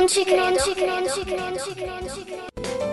Non ci credo.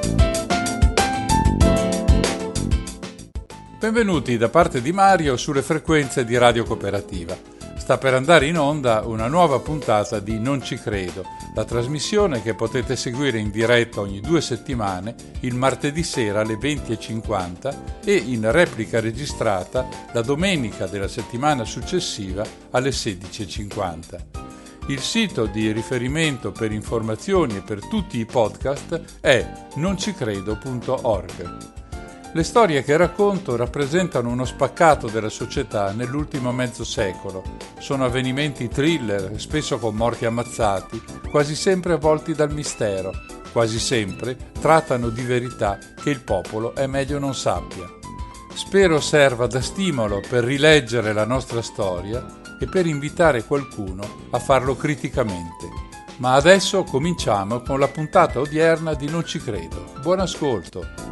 Benvenuti da parte di Mario sulle frequenze di Radio Cooperativa. Sta per andare in onda una nuova puntata di Non ci credo, la trasmissione che potete seguire in diretta ogni 2 settimane, il martedì sera alle 20:50 e in replica registrata la domenica della settimana successiva alle 16:50. Il sito di riferimento per informazioni e per tutti i podcast è noncicredo.org. Le storie che racconto rappresentano uno spaccato della società nell'ultimo mezzo secolo. Sono avvenimenti thriller, spesso con morti ammazzati, quasi sempre avvolti dal mistero. Quasi sempre trattano di verità che il popolo è meglio non sappia. Spero serva da stimolo per rileggere la nostra storia e per invitare qualcuno a farlo criticamente. Ma adesso cominciamo con la puntata odierna di Non ci credo. Buon ascolto!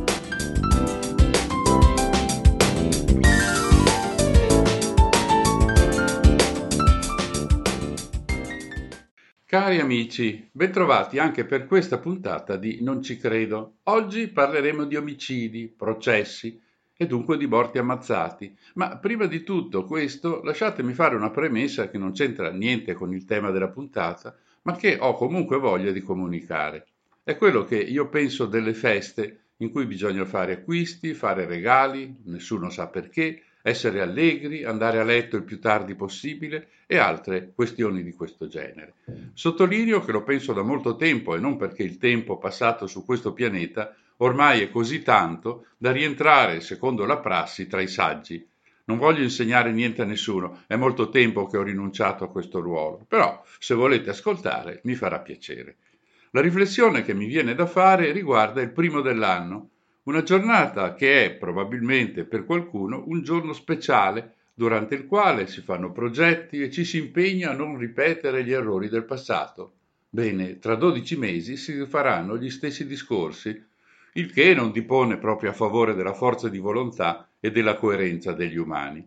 Cari amici, bentrovati anche per questa puntata di Non ci credo. Oggi parleremo di omicidi, processi e dunque di morti ammazzati. Ma prima di tutto questo, lasciatemi fare una premessa che non c'entra niente con il tema della puntata, ma che ho comunque voglia di comunicare. È quello che io penso delle feste in cui bisogna fare acquisti, fare regali, nessuno sa perché, essere allegri, andare a letto il più tardi possibile e altre questioni di questo genere. Sottolineo che lo penso da molto tempo e non perché il tempo passato su questo pianeta ormai è così tanto da rientrare, secondo la prassi, tra i saggi. Non voglio insegnare niente a nessuno, è molto tempo che ho rinunciato a questo ruolo, però se volete ascoltare mi farà piacere. La riflessione che mi viene da fare riguarda il primo dell'anno, una giornata che è probabilmente per qualcuno un giorno speciale durante il quale si fanno progetti e ci si impegna a non ripetere gli errori del passato. Bene, tra 12 mesi si faranno gli stessi discorsi, il che non dipone proprio a favore della forza di volontà e della coerenza degli umani.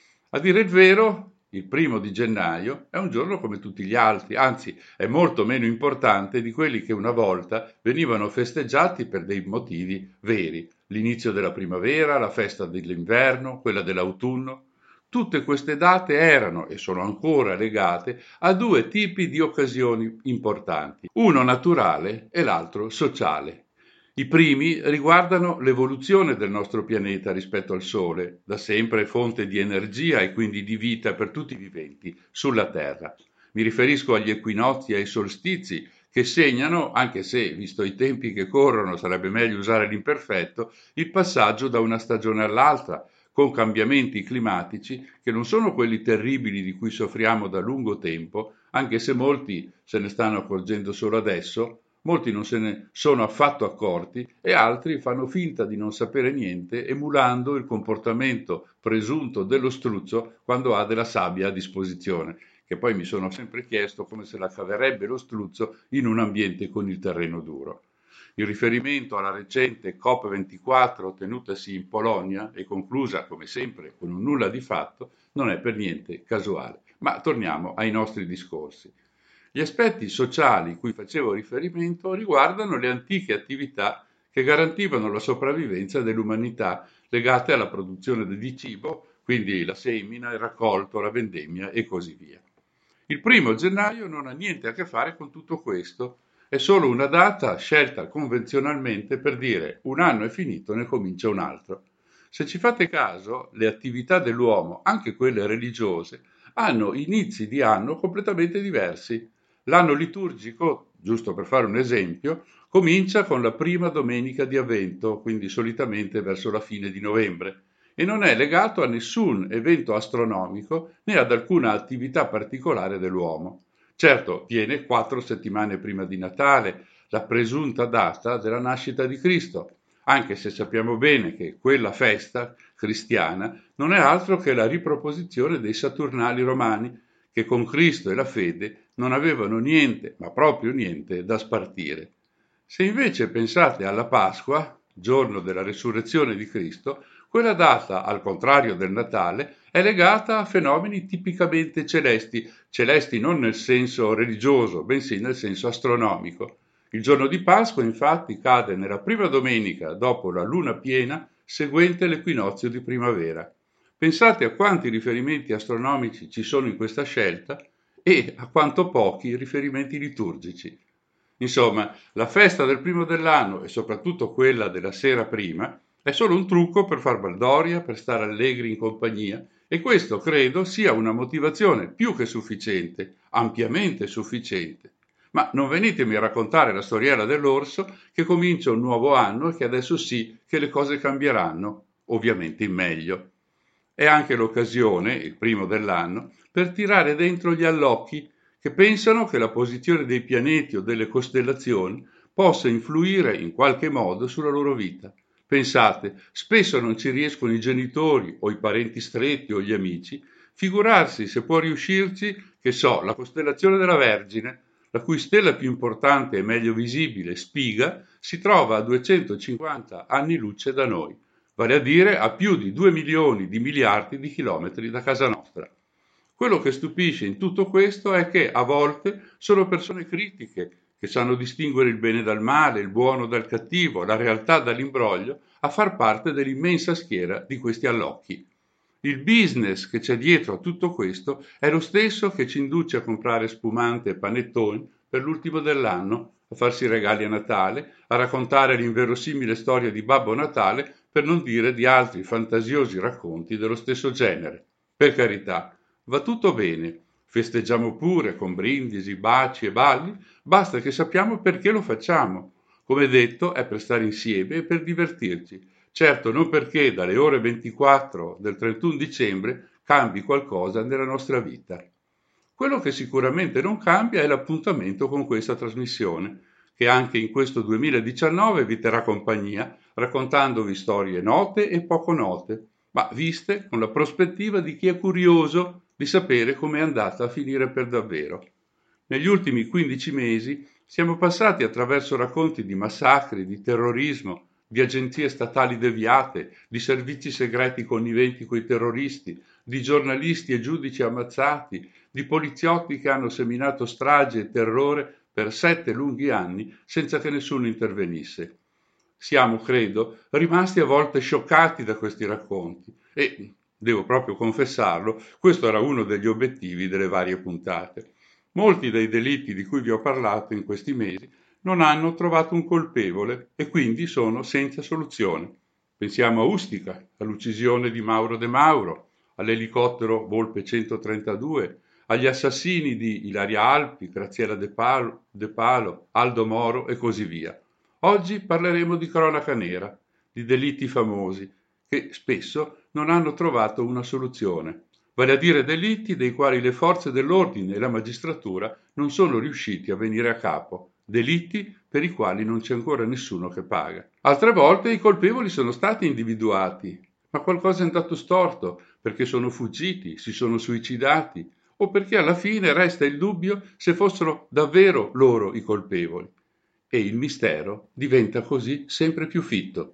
A dire il vero, il 1 gennaio è un giorno come tutti gli altri, anzi è molto meno importante di quelli che una volta venivano festeggiati per dei motivi veri. L'inizio della primavera, la festa dell'inverno, quella dell'autunno. Tutte queste date erano e sono ancora legate a 2 tipi di occasioni importanti, uno naturale e l'altro sociale. I primi riguardano l'evoluzione del nostro pianeta rispetto al Sole, da sempre fonte di energia e quindi di vita per tutti i viventi sulla Terra. Mi riferisco agli equinozi e ai solstizi che segnano, anche se, visto i tempi che corrono, sarebbe meglio usare l'imperfetto, il passaggio da una stagione all'altra, con cambiamenti climatici che non sono quelli terribili di cui soffriamo da lungo tempo, anche se molti se ne stanno accorgendo solo adesso. Molti non se ne sono affatto accorti e altri fanno finta di non sapere niente, emulando il comportamento presunto dello struzzo quando ha della sabbia a disposizione, che poi mi sono sempre chiesto come se la caverebbe lo struzzo in un ambiente con il terreno duro. Il riferimento alla recente COP24 tenutasi in Polonia e conclusa come sempre con un nulla di fatto non è per niente casuale. Ma torniamo ai nostri discorsi. Gli aspetti sociali cui facevo riferimento riguardano le antiche attività che garantivano la sopravvivenza dell'umanità legate alla produzione di cibo, quindi la semina, il raccolto, la vendemmia e così via. Il 1 gennaio non ha niente a che fare con tutto questo, è solo una data scelta convenzionalmente per dire un anno è finito, ne comincia un altro. Se ci fate caso, le attività dell'uomo, anche quelle religiose, hanno inizi di anno completamente diversi. L'anno liturgico, giusto per fare un esempio, comincia con la prima domenica di Avvento, quindi solitamente verso la fine di novembre, e non è legato a nessun evento astronomico né ad alcuna attività particolare dell'uomo. Certo, viene 4 settimane prima di Natale, la presunta data della nascita di Cristo, anche se sappiamo bene che quella festa cristiana non è altro che la riproposizione dei Saturnali romani, che con Cristo e la fede non avevano niente, ma proprio niente, da spartire. Se invece pensate alla Pasqua, giorno della resurrezione di Cristo, quella data, al contrario del Natale, è legata a fenomeni tipicamente celesti, celesti non nel senso religioso, bensì nel senso astronomico. Il giorno di Pasqua, infatti, cade nella prima domenica dopo la luna piena seguente l'equinozio di primavera. Pensate a quanti riferimenti astronomici ci sono in questa scelta e a quanto pochi riferimenti liturgici. Insomma, la festa del primo dell'anno e soprattutto quella della sera prima è solo un trucco per far baldoria, per stare allegri in compagnia e questo credo sia una motivazione più che sufficiente, ampiamente sufficiente. Ma non venitemi a raccontare la storiella dell'orso che comincia un nuovo anno e che adesso sì che le cose cambieranno, ovviamente in meglio. È anche l'occasione, il primo dell'anno, per tirare dentro gli allocchi che pensano che la posizione dei pianeti o delle costellazioni possa influire in qualche modo sulla loro vita. Pensate, spesso non ci riescono i genitori o i parenti stretti o gli amici, figurarsi se può riuscirci, che so, la costellazione della Vergine, la cui stella più importante e meglio visibile, Spiga, si trova a 250 anni luce da noi, vale a dire a più di 2 milioni di miliardi di chilometri da casa nostra. Quello che stupisce in tutto questo è che a volte sono persone critiche, che sanno distinguere il bene dal male, il buono dal cattivo, la realtà dall'imbroglio, a far parte dell'immensa schiera di questi allocchi. Il business che c'è dietro a tutto questo è lo stesso che ci induce a comprare spumante e panettoni per l'ultimo dell'anno, a farsi regali a Natale, a raccontare l'inverosimile storia di Babbo Natale, per non dire di altri fantasiosi racconti dello stesso genere. Per carità, va tutto bene, festeggiamo pure con brindisi, baci e balli, basta che sappiamo perché lo facciamo. Come detto, è per stare insieme e per divertirci. Certo, non perché dalle ore 24 del 31 dicembre cambi qualcosa nella nostra vita. Quello che sicuramente non cambia è l'appuntamento con questa trasmissione, che anche in questo 2019 vi terrà compagnia, raccontandovi storie note e poco note, ma viste con la prospettiva di chi è curioso di sapere come è andata a finire per davvero. Negli ultimi 15 mesi siamo passati attraverso racconti di massacri, di terrorismo, di agenzie statali deviate, di servizi segreti conniventi coi terroristi, di giornalisti e giudici ammazzati, di poliziotti che hanno seminato strage e terrore per 7 lunghi anni senza che nessuno intervenisse. Siamo, credo, rimasti a volte scioccati da questi racconti e, devo proprio confessarlo, questo era uno degli obiettivi delle varie puntate. Molti dei delitti di cui vi ho parlato in questi mesi non hanno trovato un colpevole e quindi sono senza soluzione. Pensiamo a Ustica, all'uccisione di Mauro De Mauro, all'elicottero Volpe 132, agli assassini di Ilaria Alpi, Graziella De Palo, Aldo Moro e così via. Oggi parleremo di cronaca nera, di delitti famosi, che spesso non hanno trovato una soluzione, vale a dire delitti dei quali le forze dell'ordine e la magistratura non sono riusciti a venire a capo, delitti per i quali non c'è ancora nessuno che paga. Altre volte i colpevoli sono stati individuati, ma qualcosa è andato storto, perché sono fuggiti, si sono suicidati, o perché alla fine resta il dubbio se fossero davvero loro i colpevoli. E il mistero diventa così sempre più fitto.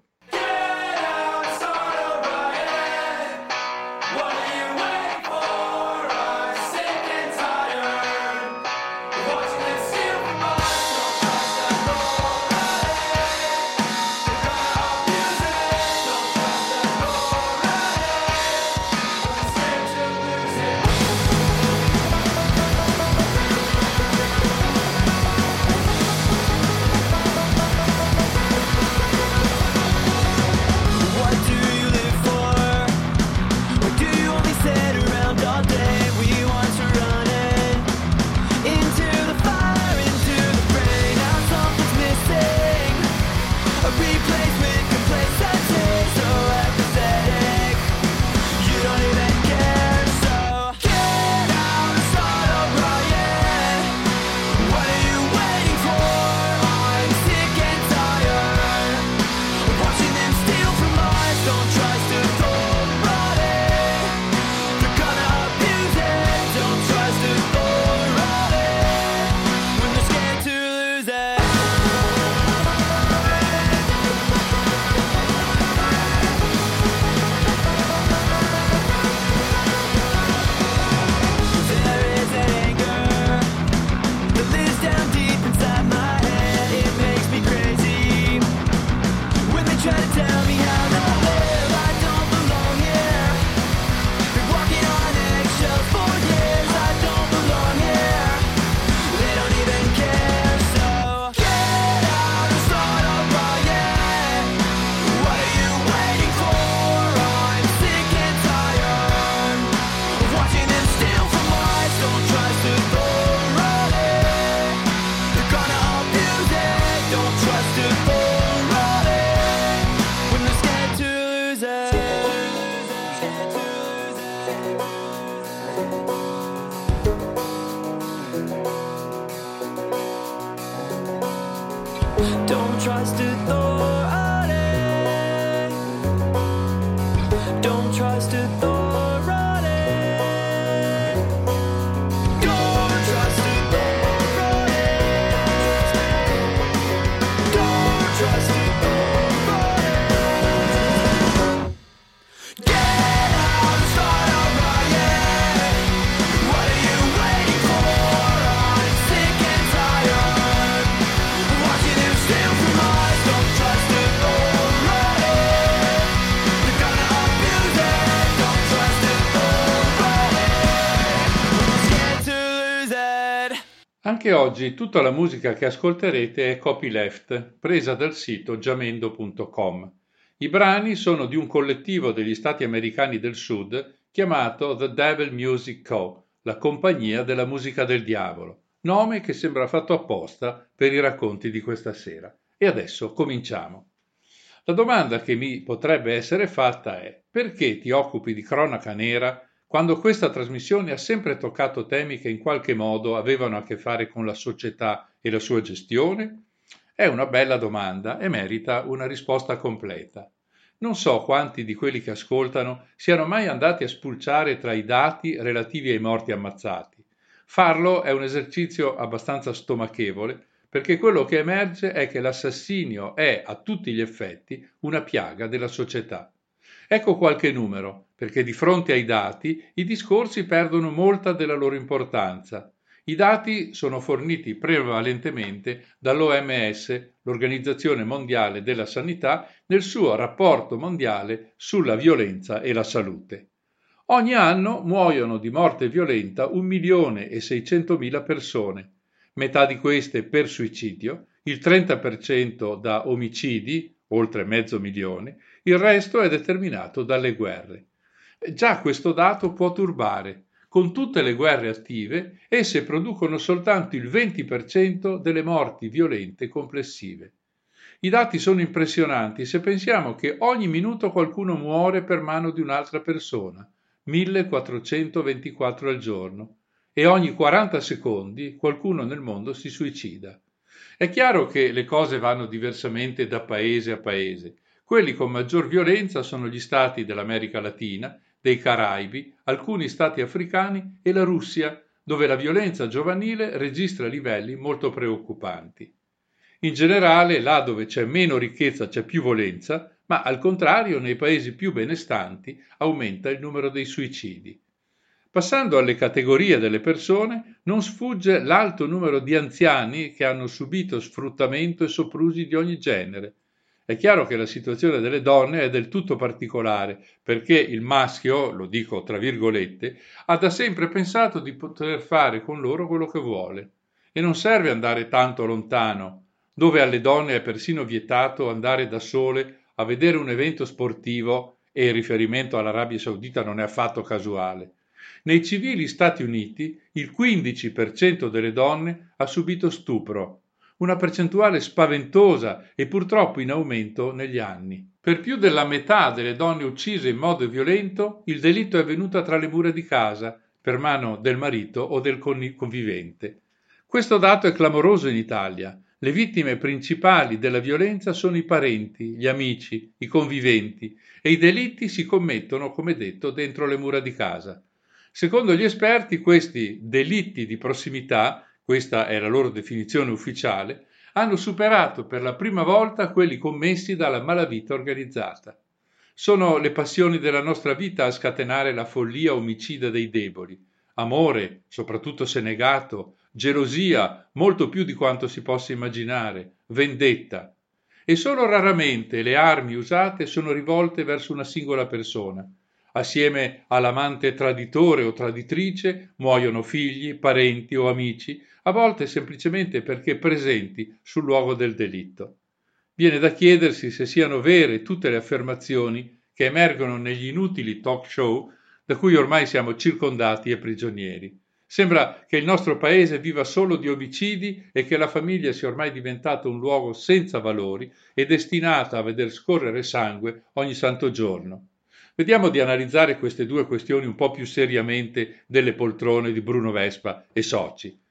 Don't trust authority. Don't trust authority. Don't trust authority. Don't trust authority. Get out and start a riot. What are you waiting for? I'm sick and tired. Watching them steal from us. Don't trust authority. They're gonna abuse it. Don't trust authority. Scared to lose it. Anche oggi tutta la musica che ascolterete è copyleft, presa dal sito jamendo.com. I brani sono di un collettivo degli Stati americani del Sud chiamato The Devil Music Co., la compagnia della musica del diavolo, nome che sembra fatto apposta per i racconti di questa sera. E adesso cominciamo. La domanda che mi potrebbe essere fatta è: perché ti occupi di cronaca nera quando questa trasmissione ha sempre toccato temi che in qualche modo avevano a che fare con la società e la sua gestione? È una bella domanda e merita una risposta completa. Non so quanti di quelli che ascoltano siano mai andati a spulciare tra i dati relativi ai morti ammazzati. Farlo è un esercizio abbastanza stomachevole, perché quello che emerge è che l'assassinio è a tutti gli effetti una piaga della società. Ecco qualche numero, perché di fronte ai dati i discorsi perdono molta della loro importanza. I dati sono forniti prevalentemente dall'OMS, l'Organizzazione Mondiale della Sanità, nel suo rapporto mondiale sulla violenza e la salute. Ogni anno muoiono di morte violenta 1.600.000 persone, metà di queste per suicidio, il 30% da omicidi, oltre 500.000, il resto è determinato dalle guerre. Già questo dato può turbare. Con tutte le guerre attive, esse producono soltanto il 20% delle morti violente complessive. I dati sono impressionanti se pensiamo che ogni minuto qualcuno muore per mano di un'altra persona, 1424 al giorno, e ogni 40 secondi qualcuno nel mondo si suicida. È chiaro che le cose vanno diversamente da paese a paese. Quelli con maggior violenza sono gli stati dell'America Latina, dei Caraibi, alcuni stati africani e la Russia, dove la violenza giovanile registra livelli molto preoccupanti. In generale, là dove c'è meno ricchezza c'è più violenza, ma al contrario nei paesi più benestanti aumenta il numero dei suicidi. Passando alle categorie delle persone, non sfugge l'alto numero di anziani che hanno subito sfruttamento e soprusi di ogni genere. È chiaro che la situazione delle donne è del tutto particolare, perché il maschio, lo dico tra virgolette, ha da sempre pensato di poter fare con loro quello che vuole. E non serve andare tanto lontano, dove alle donne è persino vietato andare da sole a vedere un evento sportivo, e il riferimento all'Arabia Saudita non è affatto casuale. Nei civili Stati Uniti il 15% delle donne ha subito stupro, una percentuale spaventosa e purtroppo in aumento negli anni. Per più della metà delle donne uccise in modo violento, il delitto è avvenuto tra le mura di casa, per mano del marito o del convivente. Questo dato è clamoroso in Italia. Le vittime principali della violenza sono i parenti, gli amici, i conviventi, e i delitti si commettono, come detto, dentro le mura di casa. Secondo gli esperti, questi delitti di prossimità, questa è la loro definizione ufficiale, hanno superato per la prima volta quelli commessi dalla malavita organizzata. Sono le passioni della nostra vita a scatenare la follia omicida dei deboli. Amore, soprattutto se negato, gelosia, molto più di quanto si possa immaginare, vendetta. E solo raramente le armi usate sono rivolte verso una singola persona. Assieme all'amante traditore o traditrice muoiono figli, parenti o amici, a volte semplicemente perché presenti sul luogo del delitto. Viene da chiedersi se siano vere tutte le affermazioni che emergono negli inutili talk show da cui ormai siamo circondati e prigionieri. Sembra che il nostro paese viva solo di omicidi e che la famiglia sia ormai diventato un luogo senza valori e destinato a veder scorrere sangue ogni santo giorno. Vediamo di analizzare queste due questioni un po' più seriamente delle poltrone di Bruno Vespa e soci.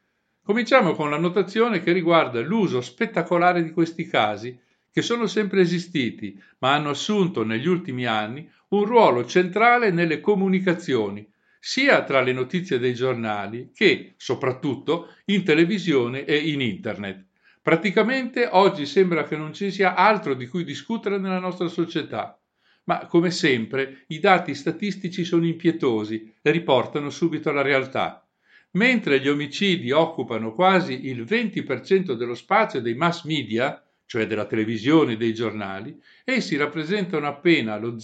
Cominciamo con la notazione che riguarda l'uso spettacolare di questi casi, che sono sempre esistiti, ma hanno assunto negli ultimi anni un ruolo centrale nelle comunicazioni, sia tra le notizie dei giornali che, soprattutto, in televisione e in internet. Praticamente oggi sembra che non ci sia altro di cui discutere nella nostra società. Ma come sempre i dati statistici sono impietosi e riportano subito la realtà. Mentre gli omicidi occupano quasi il 20% dello spazio dei mass media, cioè della televisione e dei giornali, essi rappresentano appena lo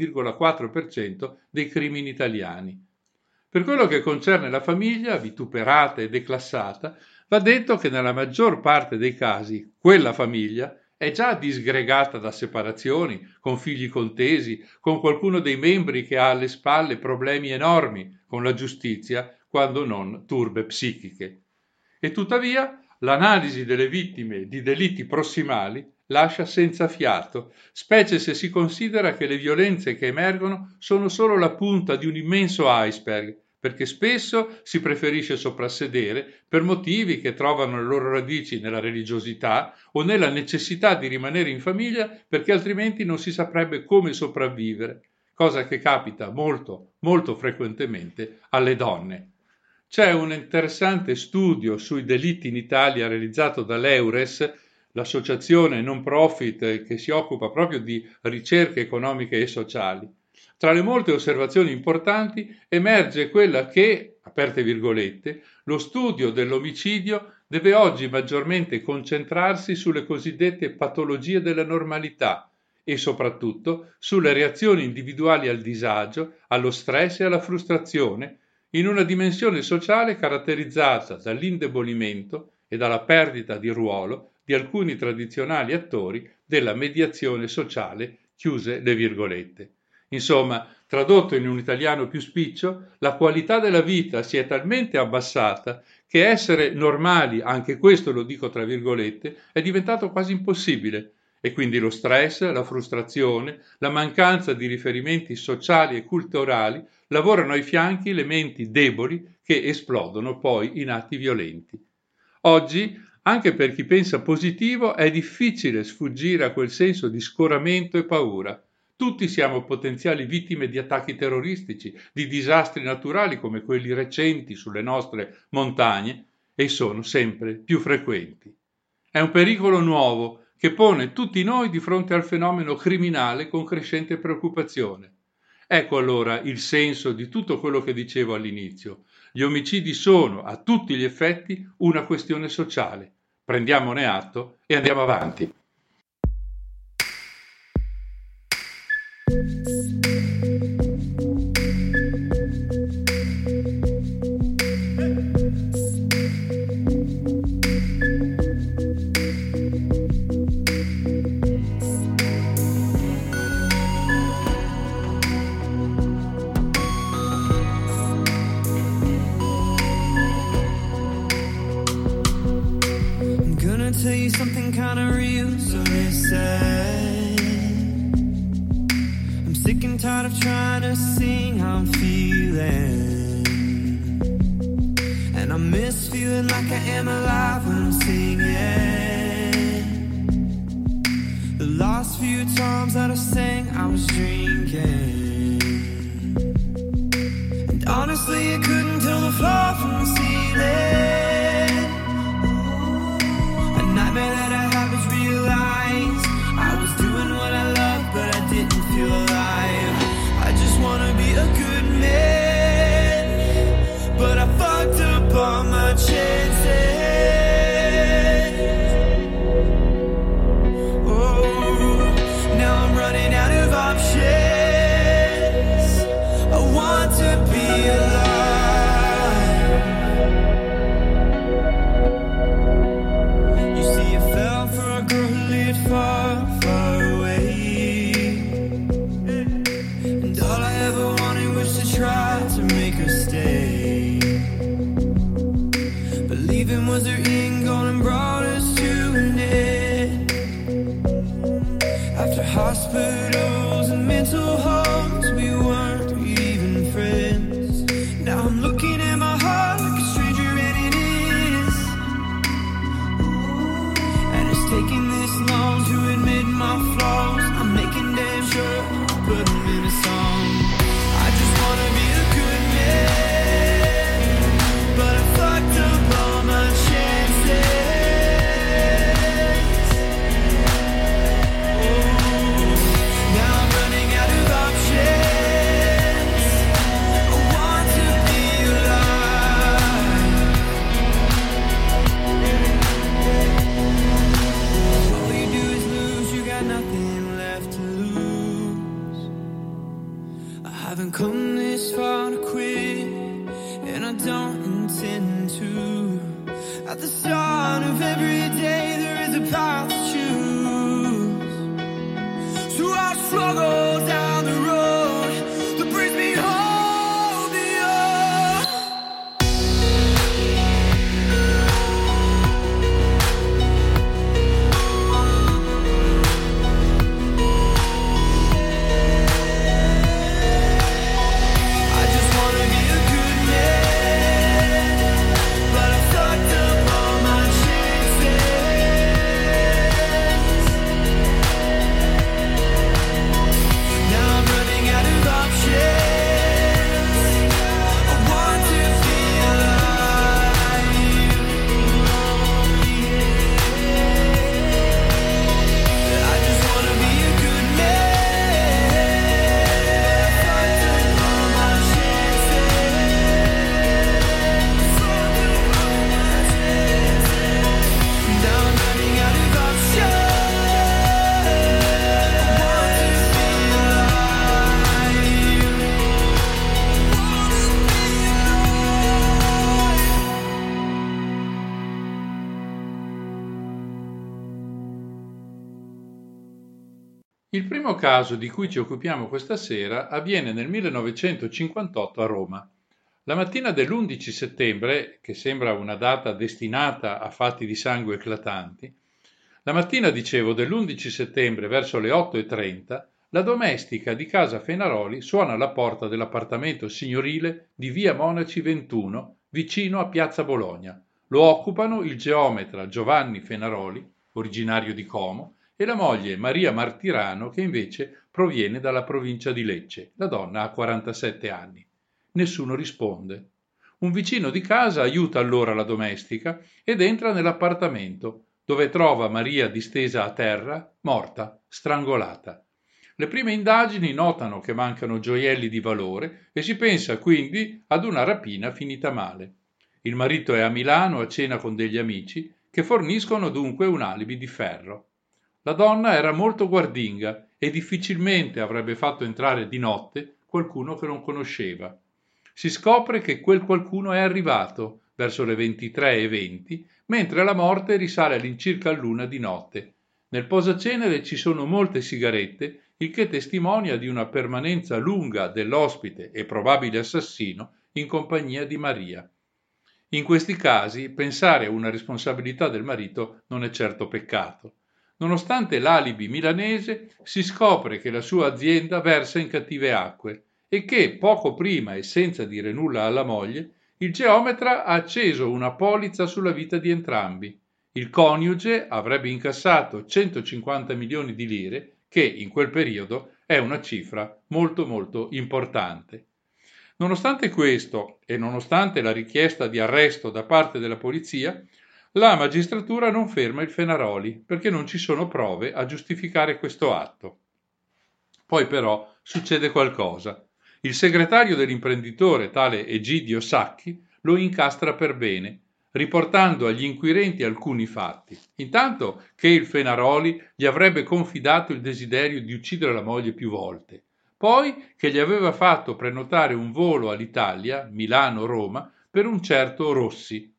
0,4% dei crimini italiani. Per quello che concerne la famiglia, vituperata e declassata, va detto che nella maggior parte dei casi quella famiglia è già disgregata da separazioni, con figli contesi, con qualcuno dei membri che ha alle spalle problemi enormi con la giustizia, quando non turbe psichiche. E tuttavia l'analisi delle vittime di delitti prossimali lascia senza fiato, specie se si considera che le violenze che emergono sono solo la punta di un immenso iceberg, perché spesso si preferisce soprassedere per motivi che trovano le loro radici nella religiosità o nella necessità di rimanere in famiglia perché altrimenti non si saprebbe come sopravvivere, cosa che capita molto, molto frequentemente alle donne. C'è un interessante studio sui delitti in Italia realizzato dall'Eures, l'associazione non profit che si occupa proprio di ricerche economiche e sociali. Tra le molte osservazioni importanti emerge quella che, aperte virgolette, lo studio dell'omicidio deve oggi maggiormente concentrarsi sulle cosiddette patologie della normalità e soprattutto sulle reazioni individuali al disagio, allo stress e alla frustrazione, in una dimensione sociale caratterizzata dall'indebolimento e dalla perdita di ruolo di alcuni tradizionali attori della mediazione sociale, chiuse le virgolette. Insomma, tradotto in un italiano più spiccio, la qualità della vita si è talmente abbassata che essere normali, anche questo lo dico tra virgolette, è diventato quasi impossibile. E quindi lo stress, la frustrazione, la mancanza di riferimenti sociali e culturali lavorano ai fianchi le menti deboli che esplodono poi in atti violenti. Oggi, anche per chi pensa positivo, è difficile sfuggire a quel senso di scoramento e paura. Tutti siamo potenziali vittime di attacchi terroristici, di disastri naturali come quelli recenti sulle nostre montagne e sono sempre più frequenti. È un pericolo nuovo che pone tutti noi di fronte al fenomeno criminale con crescente preoccupazione. Ecco allora il senso di tutto quello che dicevo all'inizio. Gli omicidi sono, a tutti gli effetti, una questione sociale. Prendiamone atto e andiamo avanti. Tell you something kind of real, so listen. I'm sick and tired of trying to sing how I'm feeling, and I miss feeling like I am alive when I'm singing. The last few times that I sang, I was drinking, and honestly I couldn't tell the floor from the ceiling. That I have is realized I was doing what I loved, but I didn't feel alive. I just wanna be a good man, but I fucked up all my chances. Oh, now I'm running out of options. I want to be alive. Far, far away, and all I ever wanted was to try to make her stay. But leaving was her end goal and brought us to an end. After hospitals and mental homes, we weren't even friends. Now I'm looking at my heart like a stranger and it is. At the start of every day there is a path to choose. So I'll struggle down the road that brings me home to you. I just wanna be a good man, but I've sucked up all my chances. Now I'm running out of options. I want to feel alive. I just wanna be a good man. Fucked up all my chances. Now I'm running out of options. I want to feel alive. Il primo caso di cui ci occupiamo questa sera avviene nel 1958 a Roma. La mattina dell'11 settembre, che sembra una data destinata a fatti di sangue eclatanti, la mattina, dicevo, dell'11 settembre verso le 8:30, la domestica di casa Fenaroli suona alla porta dell'appartamento signorile di via Monaci 21, vicino a Piazza Bologna. Lo occupano il geometra Giovanni Fenaroli, originario di Como, e la moglie Maria Martirano, che invece proviene dalla provincia di Lecce. La donna ha 47 anni. Nessuno risponde. Un vicino di casa aiuta allora la domestica ed entra nell'appartamento, dove trova Maria distesa a terra, morta, strangolata. Le prime indagini notano che mancano gioielli di valore e si pensa quindi ad una rapina finita male. Il marito è a Milano a cena con degli amici che forniscono dunque un alibi di ferro. La donna era molto guardinga e difficilmente avrebbe fatto entrare di notte qualcuno che non conosceva. Si scopre che quel qualcuno è arrivato verso le 23:20, mentre la morte risale all'incirca all'1 di notte. Nel posacenere ci sono molte sigarette, il che testimonia di una permanenza lunga dell'ospite e probabile assassino in compagnia di Maria. In questi casi pensare a una responsabilità del marito non è certo peccato. Nonostante l'alibi milanese, si scopre che la sua azienda versa in cattive acque e che, poco prima e senza dire nulla alla moglie, il geometra ha acceso una polizza sulla vita di entrambi. Il coniuge avrebbe incassato 150 milioni di lire, che in quel periodo è una cifra molto molto importante. Nonostante questo e nonostante la richiesta di arresto da parte della polizia, la magistratura non ferma il Fenaroli perché non ci sono prove a giustificare questo atto. Poi però succede qualcosa. Il segretario dell'imprenditore, tale Egidio Sacchi, lo incastra per bene, riportando agli inquirenti alcuni fatti. Intanto che il Fenaroli gli avrebbe confidato il desiderio di uccidere la moglie più volte, poi che gli aveva fatto prenotare un volo all'Italia, Milano-Roma, per un certo Rossi.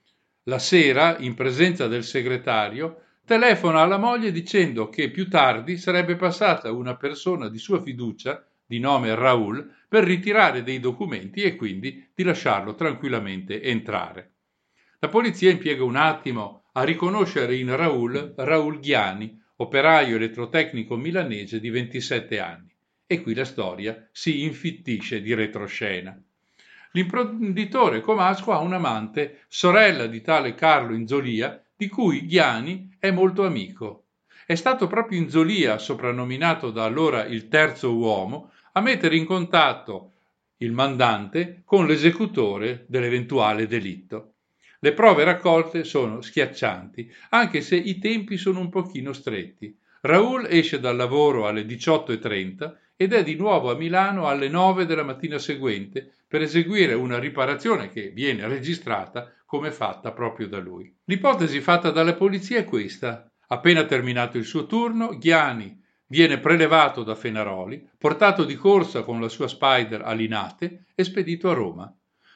La sera, in presenza del segretario, telefona alla moglie dicendo che più tardi sarebbe passata una persona di sua fiducia, di nome Raoul, per ritirare dei documenti e quindi di lasciarlo tranquillamente entrare. La polizia impiega un attimo a riconoscere in Raoul Ghiani, operaio elettrotecnico milanese di 27 anni. E qui la storia si infittisce di retroscena. L'imprenditore comasco ha un'amante, sorella di tale Carlo Inzolia, di cui Ghiani è molto amico. È stato proprio Inzolia, soprannominato da allora il terzo uomo, a mettere in contatto il mandante con l'esecutore dell'eventuale delitto. Le prove raccolte sono schiaccianti, anche se i tempi sono un pochino stretti. Raoul esce dal lavoro alle 18:30 ed è di nuovo a Milano alle 9 della mattina seguente per eseguire una riparazione che viene registrata come fatta proprio da lui. L'ipotesi fatta dalla polizia è questa. Appena terminato il suo turno, Ghiani viene prelevato da Fenaroli, portato di corsa con la sua Spider a Linate e spedito a Roma.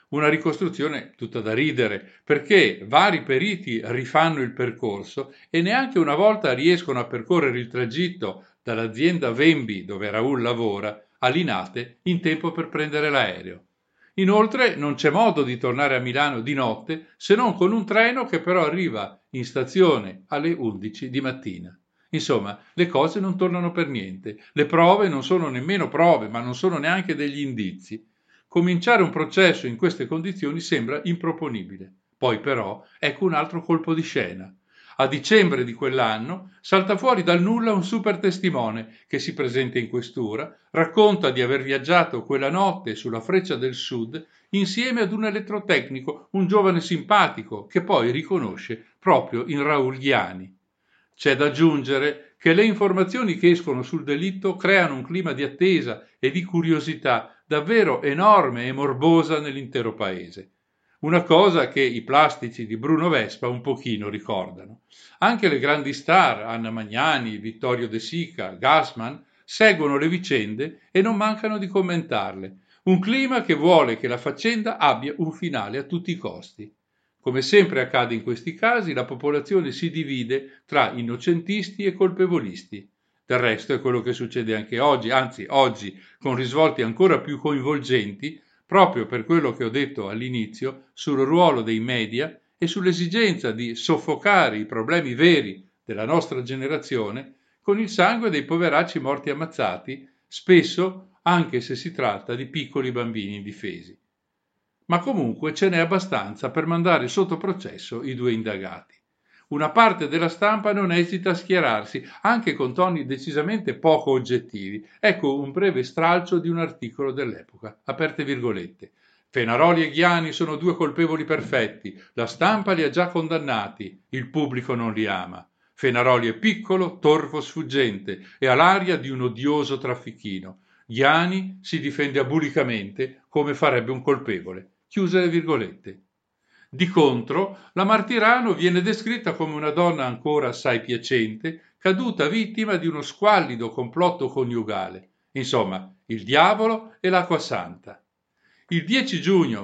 Una ricostruzione tutta da ridere, perché vari periti rifanno il percorso e neanche una volta riescono a percorrere il tragitto dall'azienda Vembi, dove Raul lavora, a Linate in tempo per prendere l'aereo. Inoltre non c'è modo di tornare a Milano di notte se non con un treno che però arriva in stazione alle 11 di mattina. Insomma, le cose non tornano per niente. Le prove non sono nemmeno prove, ma non sono neanche degli indizi. Cominciare un processo in queste condizioni sembra improponibile. Poi però ecco un altro colpo di scena. A dicembre di quell'anno salta fuori dal nulla un super testimone che si presenta in questura, racconta di aver viaggiato quella notte sulla Freccia del Sud insieme ad un elettrotecnico, un giovane simpatico, che poi riconosce proprio in Raul Ghiani. C'è da aggiungere che le informazioni che escono sul delitto creano un clima di attesa e di curiosità davvero enorme e morbosa nell'intero paese. Una cosa che i plastici di Bruno Vespa un pochino ricordano. Anche le grandi star, Anna Magnani, Vittorio De Sica, Gassman, seguono le vicende e non mancano di commentarle. Un clima che vuole che la faccenda abbia un finale a tutti i costi. Come sempre accade in questi casi, la popolazione si divide tra innocentisti e colpevolisti. Del resto è quello che succede anche oggi, anzi oggi con risvolti ancora più coinvolgenti, proprio per quello che ho detto all'inizio sul ruolo dei media e sull'esigenza di soffocare i problemi veri della nostra generazione con il sangue dei poveracci morti ammazzati, spesso anche se si tratta di piccoli bambini indifesi. Ma comunque ce n'è abbastanza per mandare sotto processo i due indagati. Una parte della stampa non esita a schierarsi, anche con toni decisamente poco oggettivi. Ecco un breve stralcio di un articolo dell'epoca, aperte virgolette. Fenaroli e Ghiani sono due colpevoli perfetti, la stampa li ha già condannati, il pubblico non li ama. Fenaroli è piccolo, torvo, sfuggente e ha l'aria di un odioso traffichino. Ghiani si difende abulicamente come farebbe un colpevole. Chiuse le virgolette. Di contro, la Martirano viene descritta come una donna ancora assai piacente, caduta vittima di uno squallido complotto coniugale. Insomma, il diavolo e l'acqua santa. Il 10 giugno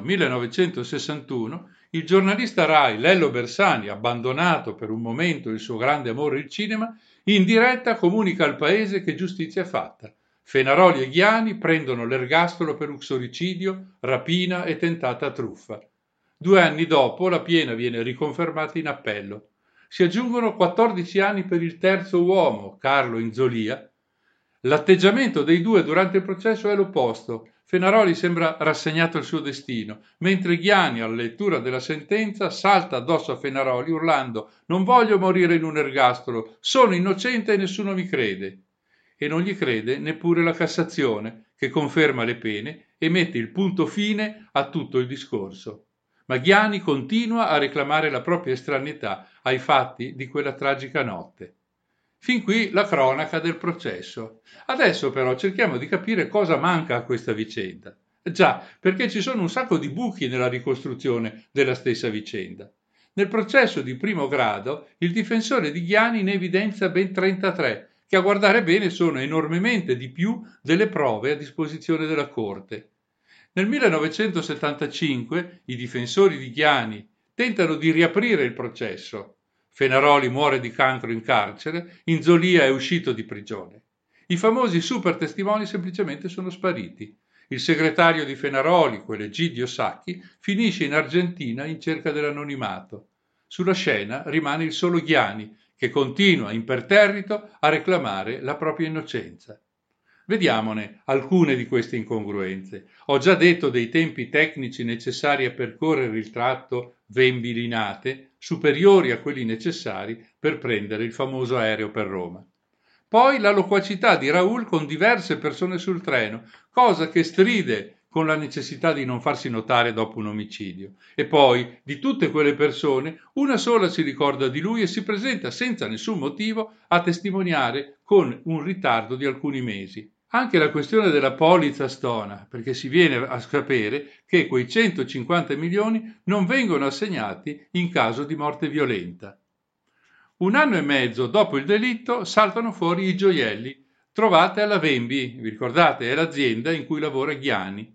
1961 il giornalista Rai Lello Bersani, abbandonato per un momento il suo grande amore il cinema, in diretta comunica al paese che giustizia è fatta. Fenaroli e Ghiani prendono l'ergastolo per uxoricidio, rapina e tentata truffa. 2 anni dopo la pena viene riconfermata in appello. Si aggiungono 14 anni per il terzo uomo, Carlo Inzolia. L'atteggiamento dei due durante il processo è l'opposto. Fenaroli sembra rassegnato al suo destino, mentre Ghiani, alla lettura della sentenza, salta addosso a Fenaroli urlando «Non voglio morire in un ergastolo, sono innocente e nessuno mi crede». E non gli crede neppure la Cassazione, che conferma le pene e mette il punto fine a tutto il discorso. Ma Ghiani continua a reclamare la propria estraneità ai fatti di quella tragica notte. Fin qui la cronaca del processo. Adesso però cerchiamo di capire cosa manca a questa vicenda. Già, perché ci sono un sacco di buchi nella ricostruzione della stessa vicenda. Nel processo di primo grado il difensore di Ghiani ne evidenzia ben 33, che a guardare bene sono enormemente di più delle prove a disposizione della Corte. Nel 1975 i difensori di Ghiani tentano di riaprire il processo. Fenaroli muore di cancro in carcere, Inzolia è uscito di prigione. I famosi super testimoni semplicemente sono spariti. Il segretario di Fenaroli, quell'Egidio Sacchi, finisce in Argentina in cerca dell'anonimato. Sulla scena rimane il solo Ghiani, che continua imperterrito a reclamare la propria innocenza. Vediamone alcune di queste incongruenze. Ho già detto dei tempi tecnici necessari a percorrere il tratto Vembi-Linate, superiori a quelli necessari per prendere il famoso aereo per Roma. Poi la loquacità di Raul con diverse persone sul treno, cosa che stride con la necessità di non farsi notare dopo un omicidio. E poi, di tutte quelle persone, una sola si ricorda di lui e si presenta senza nessun motivo a testimoniare con un ritardo di alcuni mesi. Anche la questione della polizza stona, perché si viene a sapere che quei 150 milioni non vengono assegnati in caso di morte violenta. 1 anno e mezzo dopo il delitto saltano fuori i gioielli trovate alla Vembi, vi ricordate, è l'azienda in cui lavora Ghiani.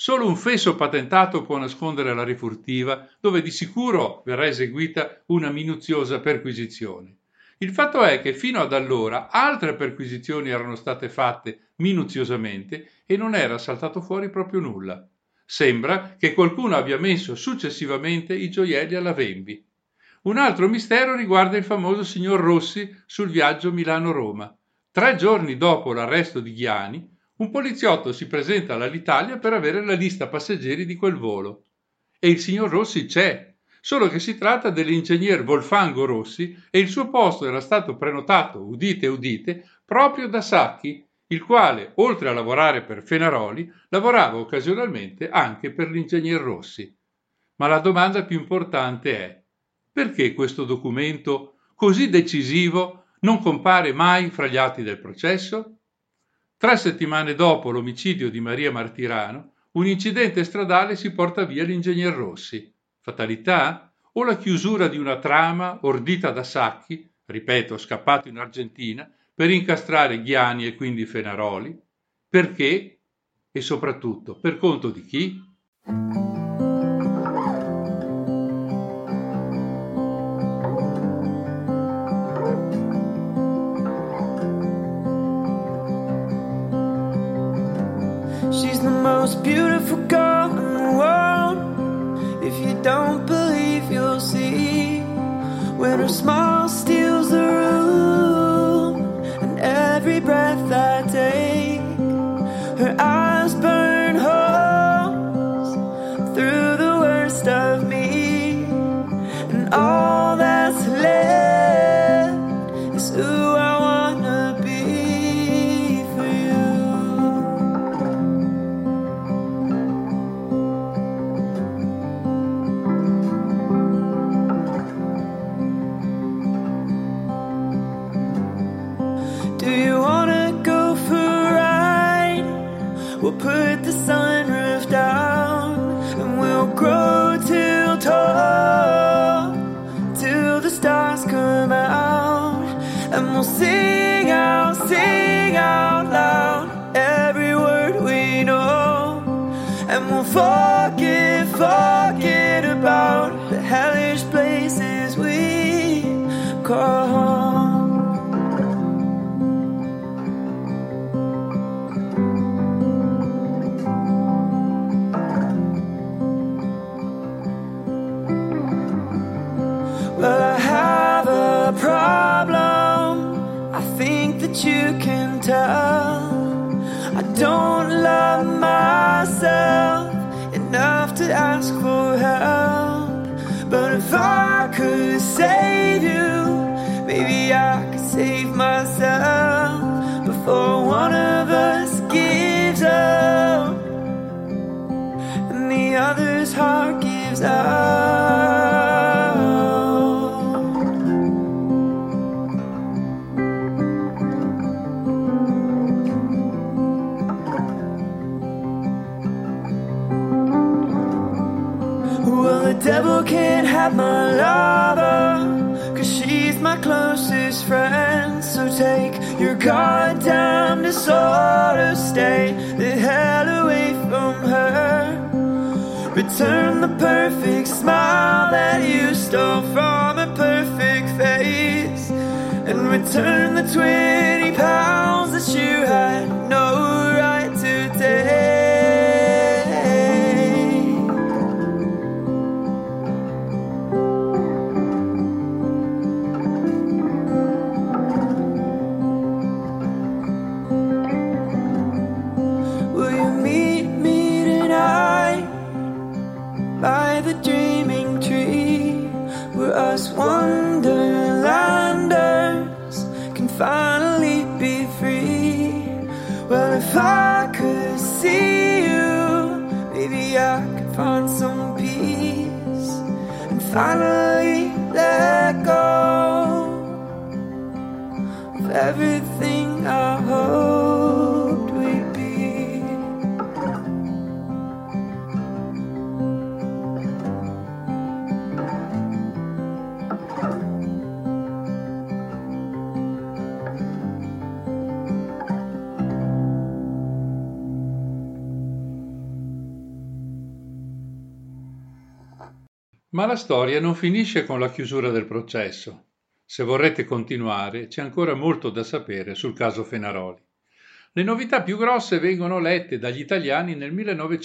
Solo un fesso patentato può nascondere la rifurtiva, dove di sicuro verrà eseguita una minuziosa perquisizione. Il fatto è che fino ad allora altre perquisizioni erano state fatte minuziosamente e non era saltato fuori proprio nulla. Sembra che qualcuno abbia messo successivamente i gioielli alla Venvi. Un altro mistero riguarda il famoso signor Rossi sul viaggio Milano-Roma. 3 giorni dopo l'arresto di Ghiani, un poliziotto si presenta all'Alitalia per avere la lista passeggeri di quel volo. E il signor Rossi c'è, solo che si tratta dell'ingegner Volfango Rossi e il suo posto era stato prenotato, udite udite, proprio da Sacchi, il quale, oltre a lavorare per Fenaroli, lavorava occasionalmente anche per l'ingegner Rossi. Ma la domanda più importante è: perché questo documento, così decisivo, non compare mai fra gli atti del processo? 3 settimane dopo l'omicidio di Maria Martirano, un incidente stradale si porta via l'ingegner Rossi. Fatalità? O la chiusura di una trama ordita da Sacchi, ripeto, scappato in Argentina, per incastrare Ghiani e quindi Fenaroli? Perché? E soprattutto, per conto di chi? She's the most beautiful girl in the world. If you don't believe, you'll see. When her smile steals the room, and every breath I take, her eyes burn holes through the worst of me, and all that's left is who I wanna be for you. Do you wanna go for a ride? We'll put the sunroof down and we'll grow till tall, till the stars come out, and we'll sing out loud every word we know, and we'll forget about the hellish places we call home. But I have a problem, I think that you can tell. I don't love myself enough to ask for help. But if I could save you, maybe I could save myself before one of us gives up and the other's heart gives out. Well, the devil can't have my lover, 'cause she's my closest friend. So take your goddamn disorder, stay the hell away from her. Return the perfect smile that you stole from a perfect face, and return the 20 pounds that you had no right to take. By the dreaming tree, where us wonderlanders can finally be free. Well, if I could see you, maybe I could find some peace and finally let go of everything I hoped we'd be. Ma la storia non finisce con la chiusura del processo. Se vorrete continuare, c'è ancora molto da sapere sul caso Fenaroli. Le novità più grosse vengono lette dagli italiani nel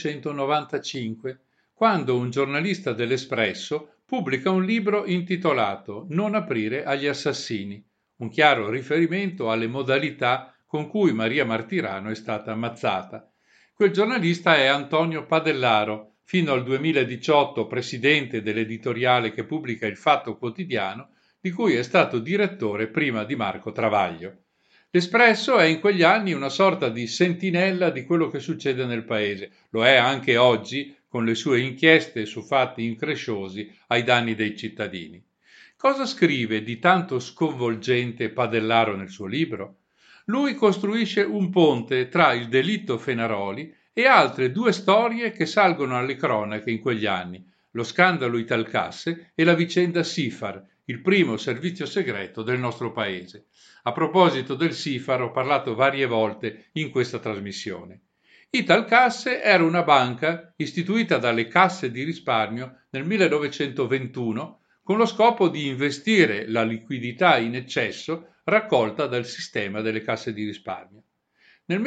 1995, quando un giornalista dell'Espresso pubblica un libro intitolato Non aprire agli assassini, un chiaro riferimento alle modalità con cui Maria Martirano è stata ammazzata. Quel giornalista è Antonio Padellaro, fino al 2018 presidente dell'editoriale che pubblica Il Fatto Quotidiano, di cui è stato direttore prima di Marco Travaglio. L'Espresso è in quegli anni una sorta di sentinella di quello che succede nel paese. Lo è anche oggi con le sue inchieste su fatti incresciosi ai danni dei cittadini. Cosa scrive di tanto sconvolgente Padellaro nel suo libro? Lui costruisce un ponte tra il delitto Fenaroli e altre due storie che salgono alle cronache in quegli anni, lo scandalo Italcasse e la vicenda Sifar, il primo servizio segreto del nostro paese. A proposito del Sifar ho parlato varie volte in questa trasmissione. Italcasse era una banca istituita dalle casse di risparmio nel 1921 con lo scopo di investire la liquidità in eccesso raccolta dal sistema delle casse di risparmio. Nel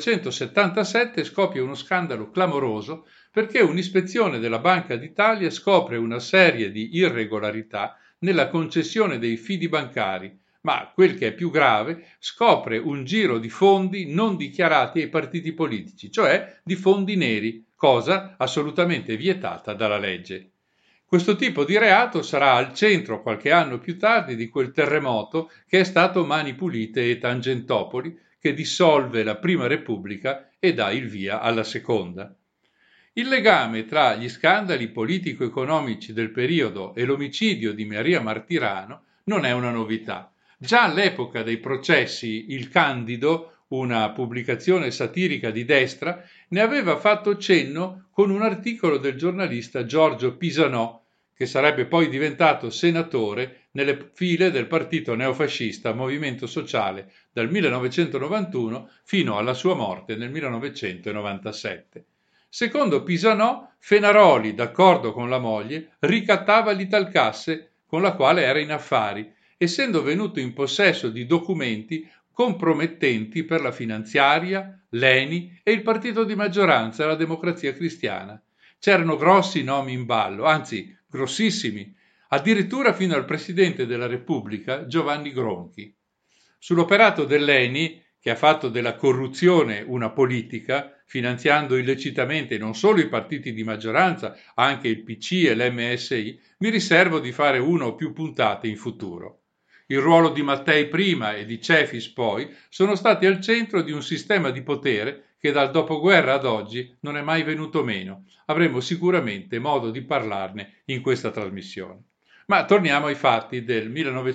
1977 scoppia uno scandalo clamoroso perché un'ispezione della Banca d'Italia scopre una serie di irregolarità nella concessione dei fidi bancari, ma quel che è più grave, scopre un giro di fondi non dichiarati ai partiti politici, cioè di fondi neri, cosa assolutamente vietata dalla legge. Questo tipo di reato sarà al centro qualche anno più tardi di quel terremoto che è stato Mani Pulite e Tangentopoli, che dissolve la Prima Repubblica e dà il via alla Seconda. Il legame tra gli scandali politico-economici del periodo e l'omicidio di Maria Martirano non è una novità. Già all'epoca dei processi, Il Candido, una pubblicazione satirica di destra, ne aveva fatto cenno con un articolo del giornalista Giorgio Pisanò, che sarebbe poi diventato senatore nelle file del partito neofascista Movimento Sociale dal 1991 fino alla sua morte nel 1997. Secondo Pisanò, Fenaroli, d'accordo con la moglie, ricattava l'Italcasse con la quale era in affari, essendo venuto in possesso di documenti compromettenti per la finanziaria, l'ENI e il partito di maggioranza, la Democrazia Cristiana. C'erano grossi nomi in ballo, anzi grossissimi, addirittura fino al presidente della Repubblica Giovanni Gronchi. Sull'operato dell'ENI, che ha fatto della corruzione una politica, finanziando illecitamente non solo i partiti di maggioranza, anche il PC e l'MSI, mi riservo di fare una o più puntate in futuro. Il ruolo di Mattei prima e di Cefis poi sono stati al centro di un sistema di potere che dal dopoguerra ad oggi non è mai venuto meno. Avremo sicuramente modo di parlarne in questa trasmissione. Ma torniamo ai fatti del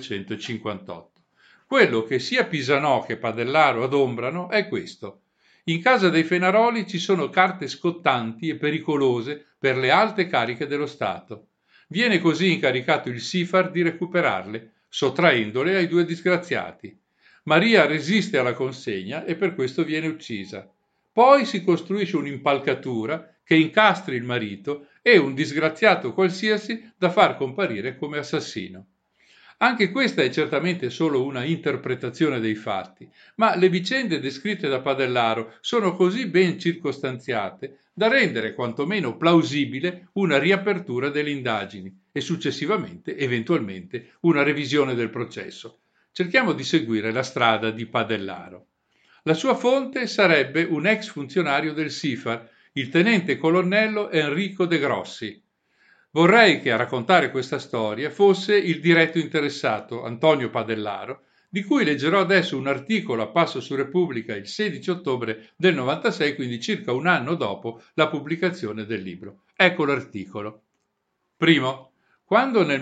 1958. Quello che sia Pisanò che Padellaro adombrano è questo. In casa dei Fenaroli ci sono carte scottanti e pericolose per le alte cariche dello Stato. Viene così incaricato il Sifar di recuperarle, sottraendole ai due disgraziati. Maria resiste alla consegna e per questo viene uccisa. Poi si costruisce un'impalcatura che incastri il marito e un disgraziato qualsiasi da far comparire come assassino. Anche questa è certamente solo una interpretazione dei fatti, ma le vicende descritte da Padellaro sono così ben circostanziate da rendere quantomeno plausibile una riapertura delle indagini e successivamente, eventualmente, una revisione del processo. Cerchiamo di seguire la strada di Padellaro. La sua fonte sarebbe un ex funzionario del Sifar, il tenente colonnello Enrico De Grossi. Vorrei che a raccontare questa storia fosse il diretto interessato, Antonio Padellaro, di cui leggerò adesso un articolo apparso su Repubblica il 16 ottobre del 96, quindi circa un anno dopo la pubblicazione del libro. Ecco l'articolo. Primo, quando nel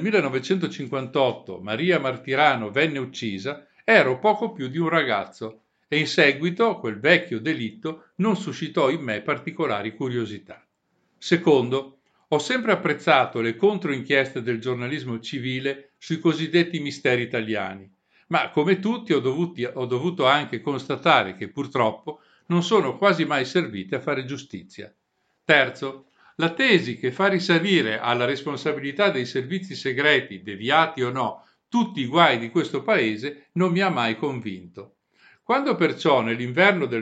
1958 Maria Martirano venne uccisa, ero poco più di un ragazzo e in seguito quel vecchio delitto non suscitò in me particolari curiosità. Secondo, ho sempre apprezzato le controinchieste del giornalismo civile sui cosiddetti misteri italiani, ma come tutti ho dovuto anche constatare che purtroppo non sono quasi mai servite a fare giustizia. Terzo, La tesi che fa risalire alla responsabilità dei servizi segreti, deviati o no, tutti i guai di questo paese non mi ha mai convinto. Quando perciò nell'inverno del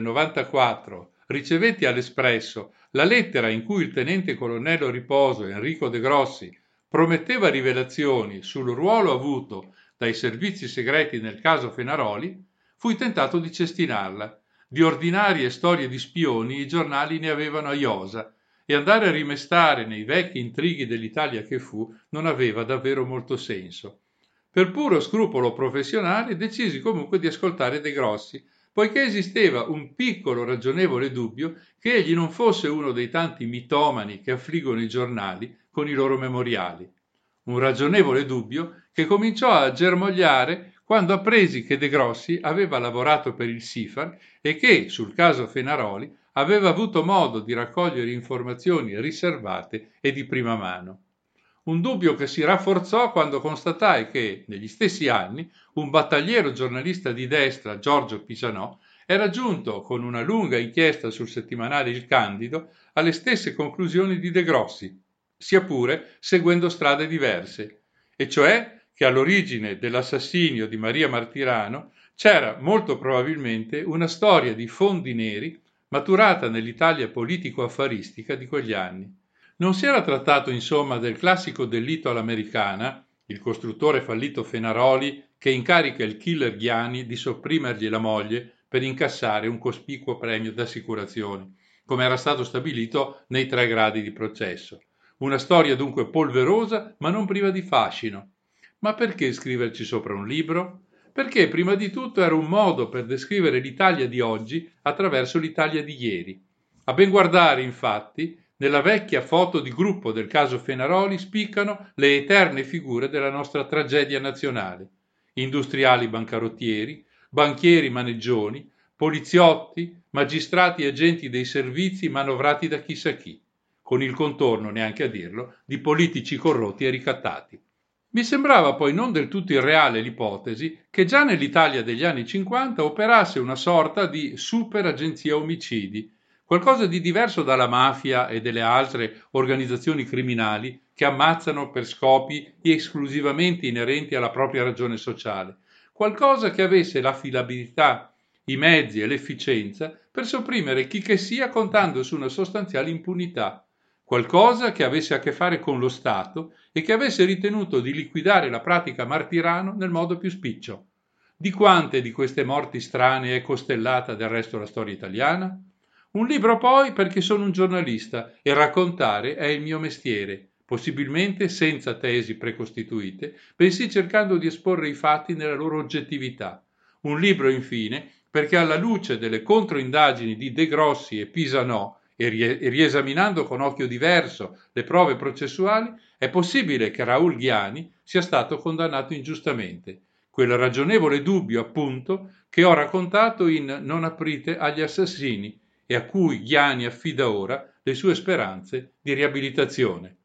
94 ricevetti all'Espresso la lettera in cui il tenente colonnello riposo Enrico De Grossi prometteva rivelazioni sul ruolo avuto dai servizi segreti nel caso Fenaroli, fui tentato di cestinarla. Di ordinarie storie di spioni i giornali ne avevano a iosa e andare a rimestare nei vecchi intrighi dell'Italia che fu non aveva davvero molto senso. Per puro scrupolo professionale decisi comunque di ascoltare De Grossi, poiché esisteva un piccolo ragionevole dubbio che egli non fosse uno dei tanti mitomani che affliggono i giornali con i loro memoriali. Un ragionevole dubbio che cominciò a germogliare quando appresi che De Grossi aveva lavorato per il SIFAR e che, sul caso Fenaroli, aveva avuto modo di raccogliere informazioni riservate e di prima mano. Un dubbio che si rafforzò quando constatai che, negli stessi anni, un battagliero giornalista di destra, Giorgio Pisanò, era giunto, con una lunga inchiesta sul settimanale Il Candido, alle stesse conclusioni di De Grossi, sia pure seguendo strade diverse, e cioè che all'origine dell'assassinio di Maria Martirano c'era molto probabilmente una storia di fondi neri maturata nell'Italia politico-affaristica di quegli anni. Non si era trattato insomma del classico delitto all'americana, il costruttore fallito Fenaroli che incarica il killer Ghiani di sopprimergli la moglie per incassare un cospicuo premio d'assicurazione, come era stato stabilito nei 3 gradi di processo. Una storia dunque polverosa ma non priva di fascino. Ma perché scriverci sopra un libro? Perché prima di tutto era un modo per descrivere l'Italia di oggi attraverso l'Italia di ieri. A ben guardare, infatti, nella vecchia foto di gruppo del caso Fenaroli spiccano le eterne figure della nostra tragedia nazionale. Industriali bancarottieri, banchieri maneggioni, poliziotti, magistrati e agenti dei servizi manovrati da chissà chi, con il contorno, neanche a dirlo, di politici corrotti e ricattati. Mi sembrava poi non del tutto irreale l'ipotesi che già nell'Italia degli anni 50 operasse una sorta di super agenzia omicidi, qualcosa di diverso dalla mafia e delle altre organizzazioni criminali che ammazzano per scopi esclusivamente inerenti alla propria ragione sociale, qualcosa che avesse l'affidabilità, i mezzi e l'efficienza per sopprimere chi che sia contando su una sostanziale impunità, qualcosa che avesse a che fare con lo Stato e che avesse ritenuto di liquidare la pratica Martirano nel modo più spiccio. Di quante di queste morti strane è costellata del resto la storia italiana? Un libro poi perché sono un giornalista e raccontare è il mio mestiere, possibilmente senza tesi precostituite, bensì cercando di esporre i fatti nella loro oggettività. Un libro, infine, perché alla luce delle controindagini di De Grossi e Pisanò e riesaminando con occhio diverso le prove processuali, è possibile che Raul Ghiani sia stato condannato ingiustamente. Quel ragionevole dubbio, appunto, che ho raccontato in Non aprite agli assassini e a cui Ghiani affida ora le sue speranze di riabilitazione.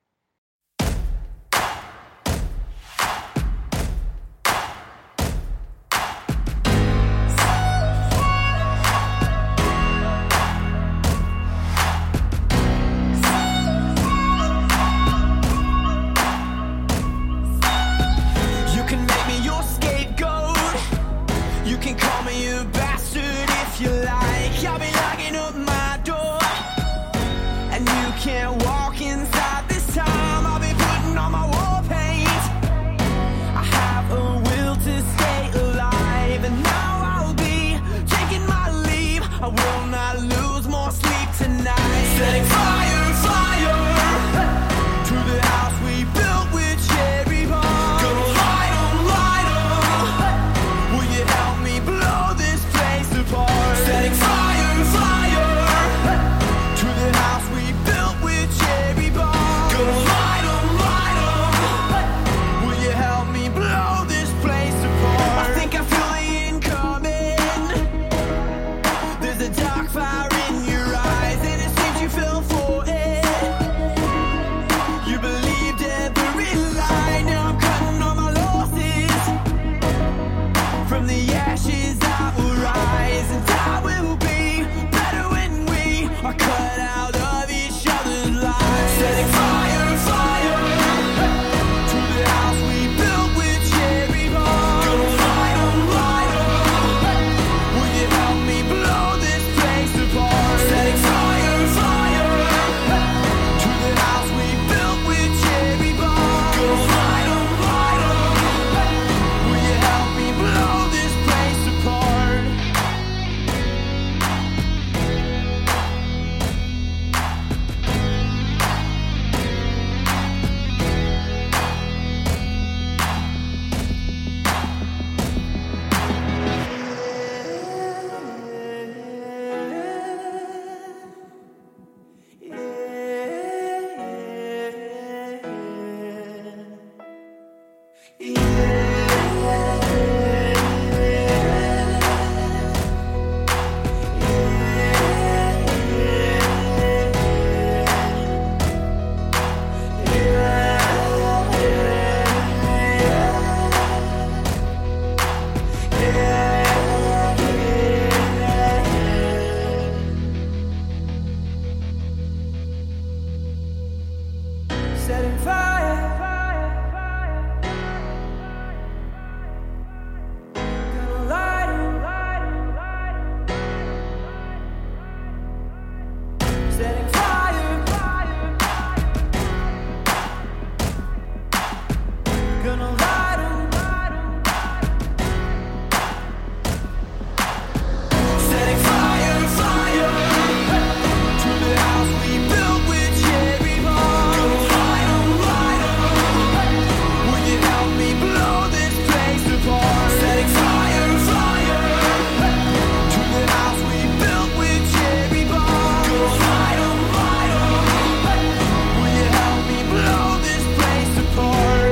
Can't walk inside this Setting fire, gonna light 'em. Setting fire, gonna light 'em. Setting fire, fire to the house we built with cherry bomb. Gonna light 'em, light 'em. Will you help me blow this place apart? Setting fire, fire to the house we built with cherry bomb. Gonna light 'em, light 'em. Will you help me blow this place apart?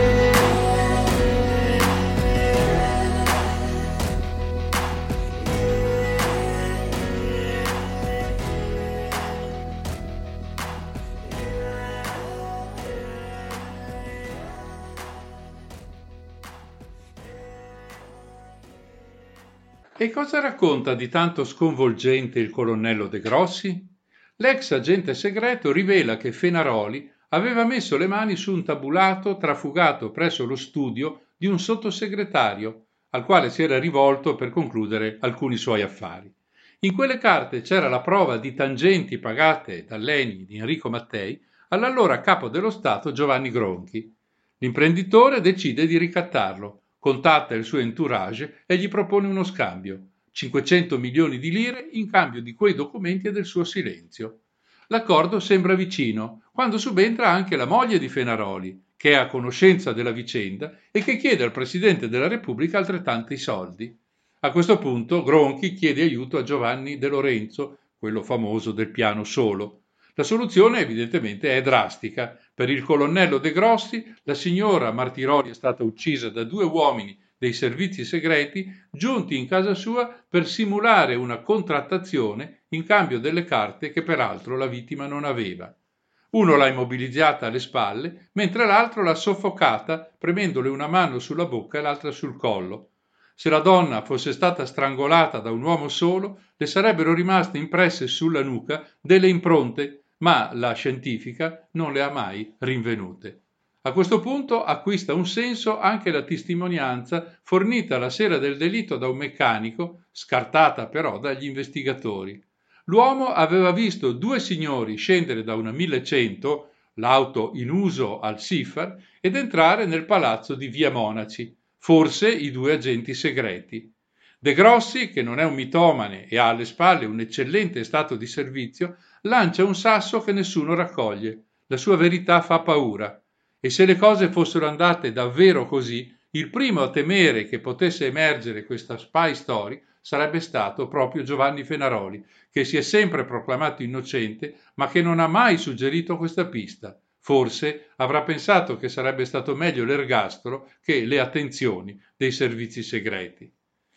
E cosa racconta di tanto sconvolgente il colonnello De Grossi? L'ex agente segreto rivela che Fenaroli aveva messo le mani su un tabulato trafugato presso lo studio di un sottosegretario, al quale si era rivolto per concludere alcuni suoi affari. In quelle carte c'era la prova di tangenti pagate dall'ENI di Enrico Mattei all'allora capo dello Stato Giovanni Gronchi. L'imprenditore decide di ricattarlo, contatta il suo entourage e gli propone uno scambio: 500 milioni di lire in cambio di quei documenti e del suo silenzio. L'accordo sembra vicino, quando subentra anche la moglie di Fenaroli, che è a conoscenza della vicenda e che chiede al Presidente della Repubblica altrettanti soldi. A questo punto Gronchi chiede aiuto a Giovanni De Lorenzo, quello famoso del piano solo. La soluzione evidentemente è drastica. Per il colonnello De Grossi, la signora Martiroli è stata uccisa da 2 uomini dei servizi segreti giunti in casa sua per simulare una contrattazione in cambio delle carte che peraltro la vittima non aveva. Uno l'ha immobilizzata alle spalle, mentre l'altro l'ha soffocata premendole una mano sulla bocca e l'altra sul collo. Se la donna fosse stata strangolata da un uomo solo, le sarebbero rimaste impresse sulla nuca delle impronte, ma la scientifica non le ha mai rinvenute. A questo punto acquista un senso anche la testimonianza fornita la sera del delitto da un meccanico, scartata però dagli investigatori. L'uomo aveva visto 2 signori scendere da una 1100, l'auto in uso al SIFAR, ed entrare nel palazzo di Via Monaci, forse i 2 agenti segreti. De Grossi, che non è un mitomane e ha alle spalle un eccellente stato di servizio, lancia un sasso che nessuno raccoglie. La sua verità fa paura. E se le cose fossero andate davvero così, il primo a temere che potesse emergere questa spy story sarebbe stato proprio Giovanni Fenaroli, che si è sempre proclamato innocente, ma che non ha mai suggerito questa pista. Forse avrà pensato che sarebbe stato meglio l'ergastolo che le attenzioni dei servizi segreti.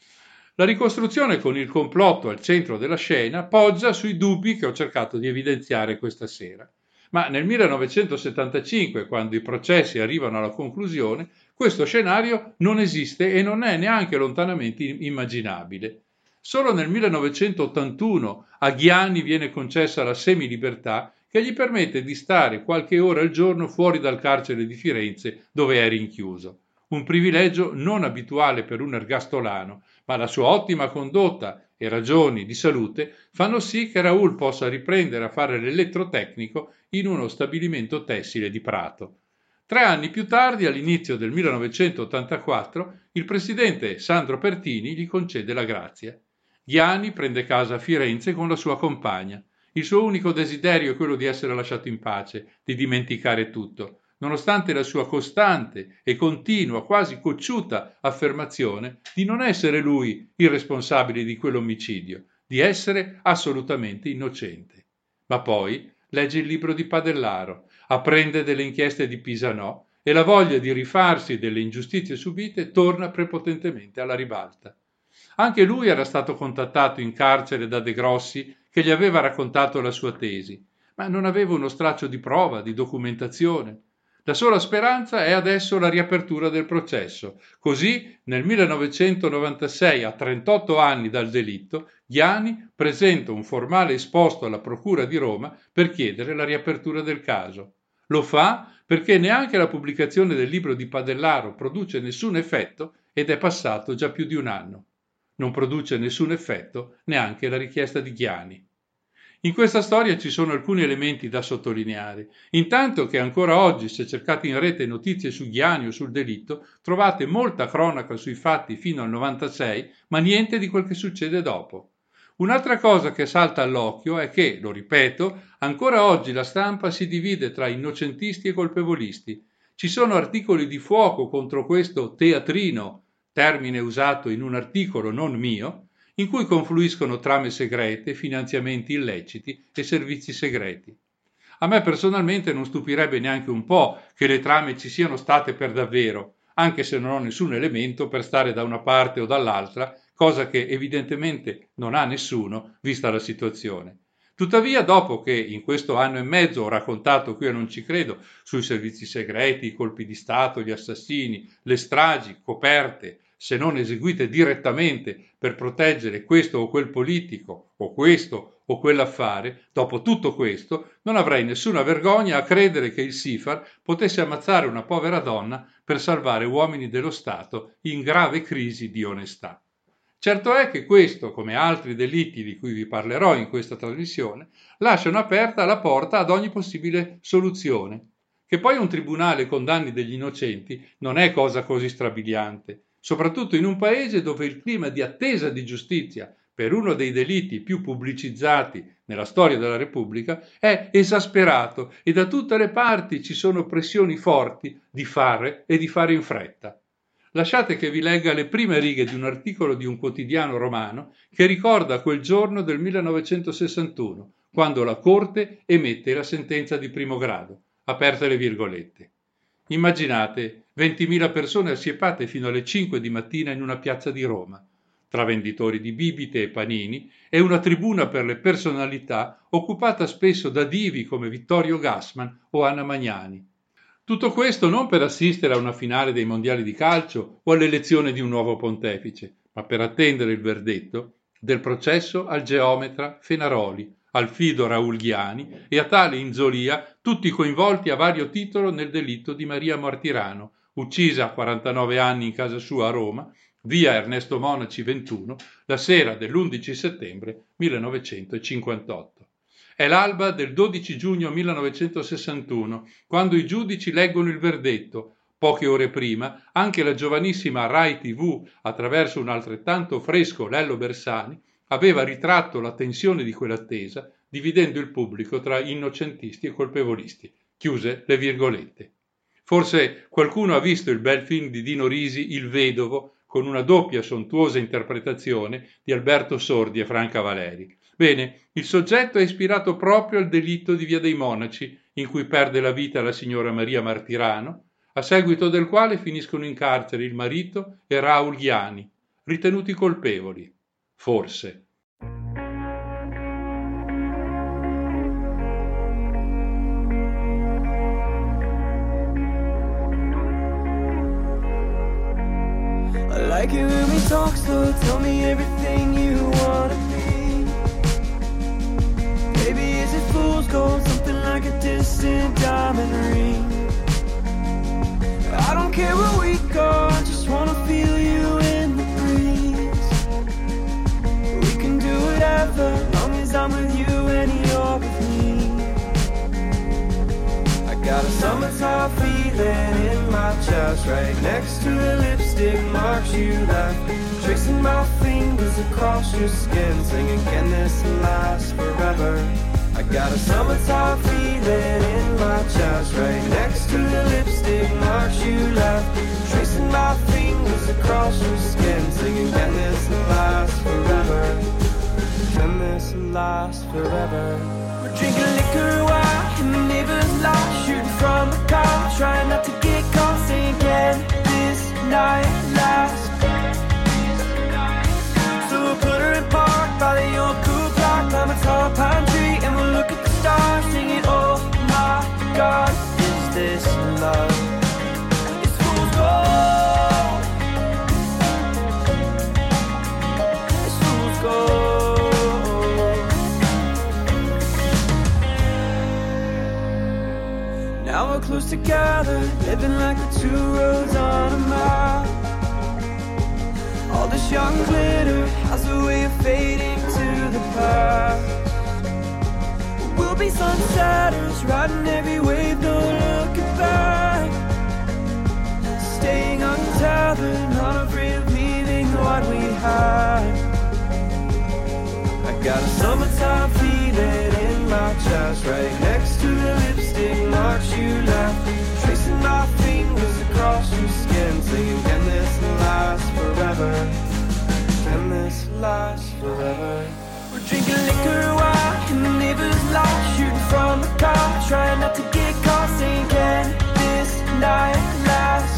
La ricostruzione con il complotto al centro della scena poggia sui dubbi che ho cercato di evidenziare questa sera. Ma nel 1975, quando i processi arrivano alla conclusione, questo scenario non esiste e non è neanche lontanamente immaginabile. Solo nel 1981 a Ghiani viene concessa la semilibertà che gli permette di stare qualche ora al giorno fuori dal carcere di Firenze dove è rinchiuso. Un privilegio non abituale per un ergastolano, ma la sua ottima condotta e ragioni di salute fanno sì che Raoul possa riprendere a fare l'elettrotecnico in uno stabilimento tessile di Prato. 3 anni più tardi, all'inizio del 1984, il presidente Sandro Pertini gli concede la grazia. Ghiani prende casa a Firenze con la sua compagna. Il suo unico desiderio è quello di essere lasciato in pace, di dimenticare tutto, nonostante la sua costante e continua, quasi cocciuta affermazione di non essere lui il responsabile di quell'omicidio, di essere assolutamente innocente. Ma poi legge il libro di Padellaro, apprende delle inchieste di Pisanò e la voglia di rifarsi delle ingiustizie subite torna prepotentemente alla ribalta. Anche lui era stato contattato in carcere da De Grossi, che gli aveva raccontato la sua tesi, ma non aveva uno straccio di prova, di documentazione. La sola speranza è adesso la riapertura del processo. Così, nel 1996, a 38 anni dal delitto, Ghiani presenta un formale esposto alla Procura di Roma per chiedere la riapertura del caso. Lo fa perché neanche la pubblicazione del libro di Padellaro produce nessun effetto ed è passato già più di un anno. Non produce nessun effetto neanche la richiesta di Ghiani. In questa storia ci sono alcuni elementi da sottolineare. Intanto che ancora oggi, se cercate in rete notizie su Ghiani o sul delitto, trovate molta cronaca sui fatti fino al 96, ma niente di quel che succede dopo. Un'altra cosa che salta all'occhio è che, lo ripeto, ancora oggi la stampa si divide tra innocentisti e colpevolisti. Ci sono articoli di fuoco contro questo teatrino, termine usato in un articolo non mio, in cui confluiscono trame segrete, finanziamenti illeciti e servizi segreti. A me personalmente non stupirebbe neanche un po' che le trame ci siano state per davvero, anche se non ho nessun elemento per stare da una parte o dall'altra, cosa che evidentemente non ha nessuno, vista la situazione. Tuttavia, dopo che in questo anno e mezzo ho raccontato, qui a Non ci credo, sui servizi segreti, i colpi di Stato, gli assassini, le stragi coperte, se non eseguite direttamente per proteggere questo o quel politico, o questo o quell'affare, dopo tutto questo non avrei nessuna vergogna a credere che il Sifar potesse ammazzare una povera donna per salvare uomini dello Stato in grave crisi di onestà. Certo è che questo, come altri delitti di cui vi parlerò in questa trasmissione, lasciano aperta la porta ad ogni possibile soluzione. Che poi un tribunale condanni degli innocenti non è cosa così strabiliante, soprattutto in un paese dove il clima di attesa di giustizia per uno dei delitti più pubblicizzati nella storia della Repubblica è esasperato e da tutte le parti ci sono pressioni forti di fare e di fare in fretta. Lasciate che vi legga le prime righe di un articolo di un quotidiano romano che ricorda quel giorno del 1961, quando la Corte emette la sentenza di primo grado. Aperte le virgolette. Immaginate 20.000 persone assiepate fino alle 5 di mattina in una piazza di Roma, tra venditori di bibite e panini, e una tribuna per le personalità occupata spesso da divi come Vittorio Gassman o Anna Magnani. Tutto questo non per assistere a una finale dei mondiali di calcio o all'elezione di un nuovo pontefice, ma per attendere il verdetto del processo al geometra Fenaroli, al fido Raul Ghiani e a tale Inzolia, tutti coinvolti a vario titolo nel delitto di Maria Martirano, uccisa a 49 anni in casa sua a Roma, via Ernesto Monaci 21, la sera dell'11 settembre 1958. È l'alba del 12 giugno 1961, quando i giudici leggono il verdetto. Poche ore prima, anche la giovanissima Rai TV, attraverso un altrettanto fresco Lello Bersani, aveva ritratto la tensione di quell'attesa, dividendo il pubblico tra innocentisti e colpevolisti. Chiuse le virgolette. Forse qualcuno ha visto il bel film di Dino Risi, Il Vedovo, con una doppia sontuosa interpretazione di Alberto Sordi e Franca Valeri. Bene, il soggetto è ispirato proprio al delitto di Via dei Monaci, in cui perde la vita la signora Maria Martirano, a seguito del quale finiscono in carcere il marito e Raul Ghiani, ritenuti colpevoli. Forse. I like it when we talk slow, tell me everything you wanna be. Baby, is it fool's gold, something like a distant diamond ring? I don't care where we go, I just wanna feel you in the breeze. We can do whatever, long as I'm with you and you're with me. I got a summertime feeling in my chest, right next to the lipstick marks you left, tracing my fingers across your skin, singing, can this last forever? I got a summertime feeling in my chest, right next to the lipstick marks you left, tracing my fingers across your skin, singing, can this last forever? Can this last forever? We're drinking liquor while in the neighbor's lot, shooting from the car, trying not to get caught, saying can this night last? So we'll put her in park by the old cool clock, climb a tall pine tree, and we'll look at the stars, singing, oh my God, is this love? It's fool's gold. It's fool's gold. Now we're close together, living like the two roads on a map. All this young glitter has a way of fading to the past. We'll be sunsetters, riding every wave, no looking back. Staying untethered, not afraid of leaving what we had. I got a summertime feeling in my chest, right next to the lipstick marks you left. Tracing my fingers across your skin, saying, can this last forever? Can this last forever? We're drinking liquor while in the neighbor's lot, shooting from the car, trying not to get caught, saying, can this night last?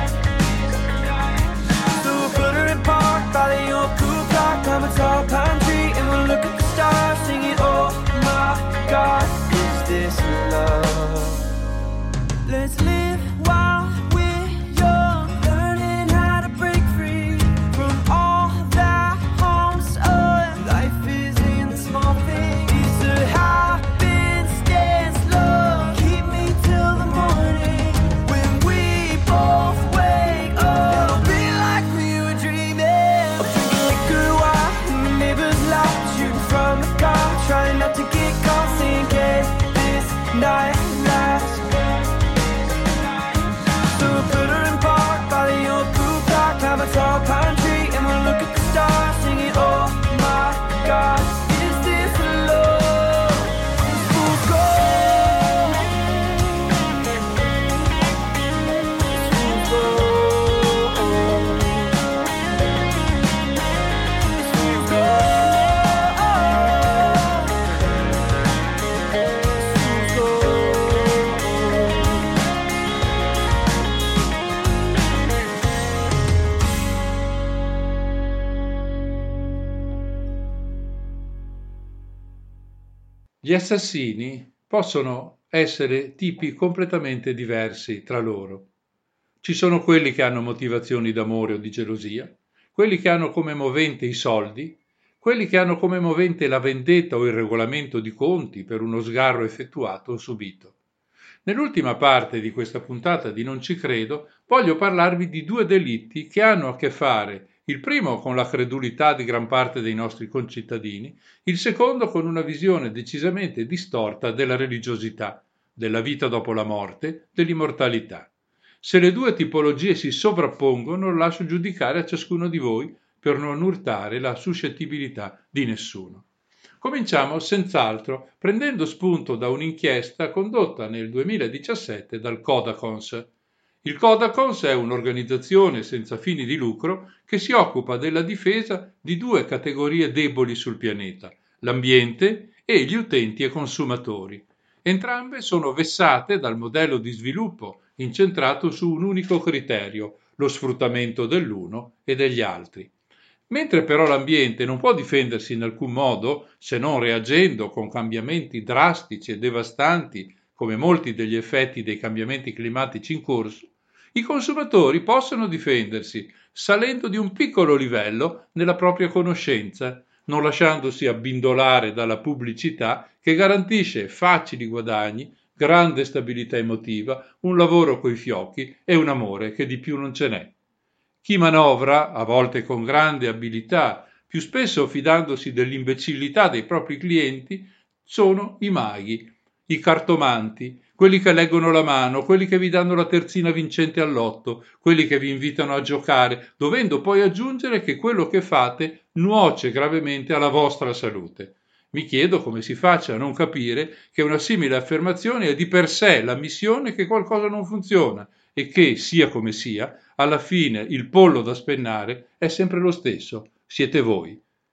So we'll put her in park by the old cool clock, climb a tall pine tree, and we'll look at the stars, singing, oh my God, is this love? Let's live while we're young, learning how to break free from all that harms us. Life is in the small things. It's a happen, stand slow, keep me till the morning when we both wake up. It'll be like we were dreaming. I'm drinking liquor while in the neighbor's lot, shooting from the car, trying not to get caught, saying, can this night last? So we'll put her in park by the old cool clock, climb a tall pine tree, and we'll look at the stars, singing, oh my God, is this love? It's fool's gold. It's fool's gold. It's fool's gold. It's fool's gold. Gli assassini possono essere tipi completamente diversi tra loro. Ci sono quelli che hanno motivazioni d'amore o di gelosia, quelli che hanno come movente i soldi, quelli che hanno come movente la vendetta o il regolamento di conti per uno sgarro effettuato o subito. Nell'ultima parte di questa puntata di Non ci credo, voglio parlarvi di due delitti che hanno a che fare, il primo con la credulità di gran parte dei nostri concittadini, il secondo con una visione decisamente distorta della religiosità, della vita dopo la morte, dell'immortalità. Se le due tipologie si sovrappongono, lo lascio giudicare a ciascuno di voi per non urtare la suscettibilità di nessuno. Cominciamo senz'altro prendendo spunto da un'inchiesta condotta nel 2017 dal Codacons. Il Codacons è un'organizzazione senza fini di lucro che si occupa della difesa di due categorie deboli sul pianeta, l'ambiente e gli utenti e consumatori. Entrambe sono vessate dal modello di sviluppo incentrato su un unico criterio, lo sfruttamento dell'uno e degli altri. Mentre però l'ambiente non può difendersi in alcun modo se non reagendo con cambiamenti drastici e devastanti come molti degli effetti dei cambiamenti climatici in corso, i consumatori possono difendersi salendo di un piccolo livello nella propria conoscenza, non lasciandosi abbindolare dalla pubblicità che garantisce facili guadagni, grande stabilità emotiva, un lavoro coi fiocchi e un amore che di più non ce n'è. Chi manovra, a volte con grande abilità, più spesso fidandosi dell'imbecillità dei propri clienti, sono i maghi, i cartomanti, quelli che leggono la mano, quelli che vi danno la terzina vincente al lotto, quelli che vi invitano a giocare, dovendo poi aggiungere che quello che fate nuoce gravemente alla vostra salute. Mi chiedo come si faccia a non capire che una simile affermazione è di per sé l'ammissione che qualcosa non funziona e che, sia come sia, alla fine il pollo da spennare è sempre lo stesso, siete voi.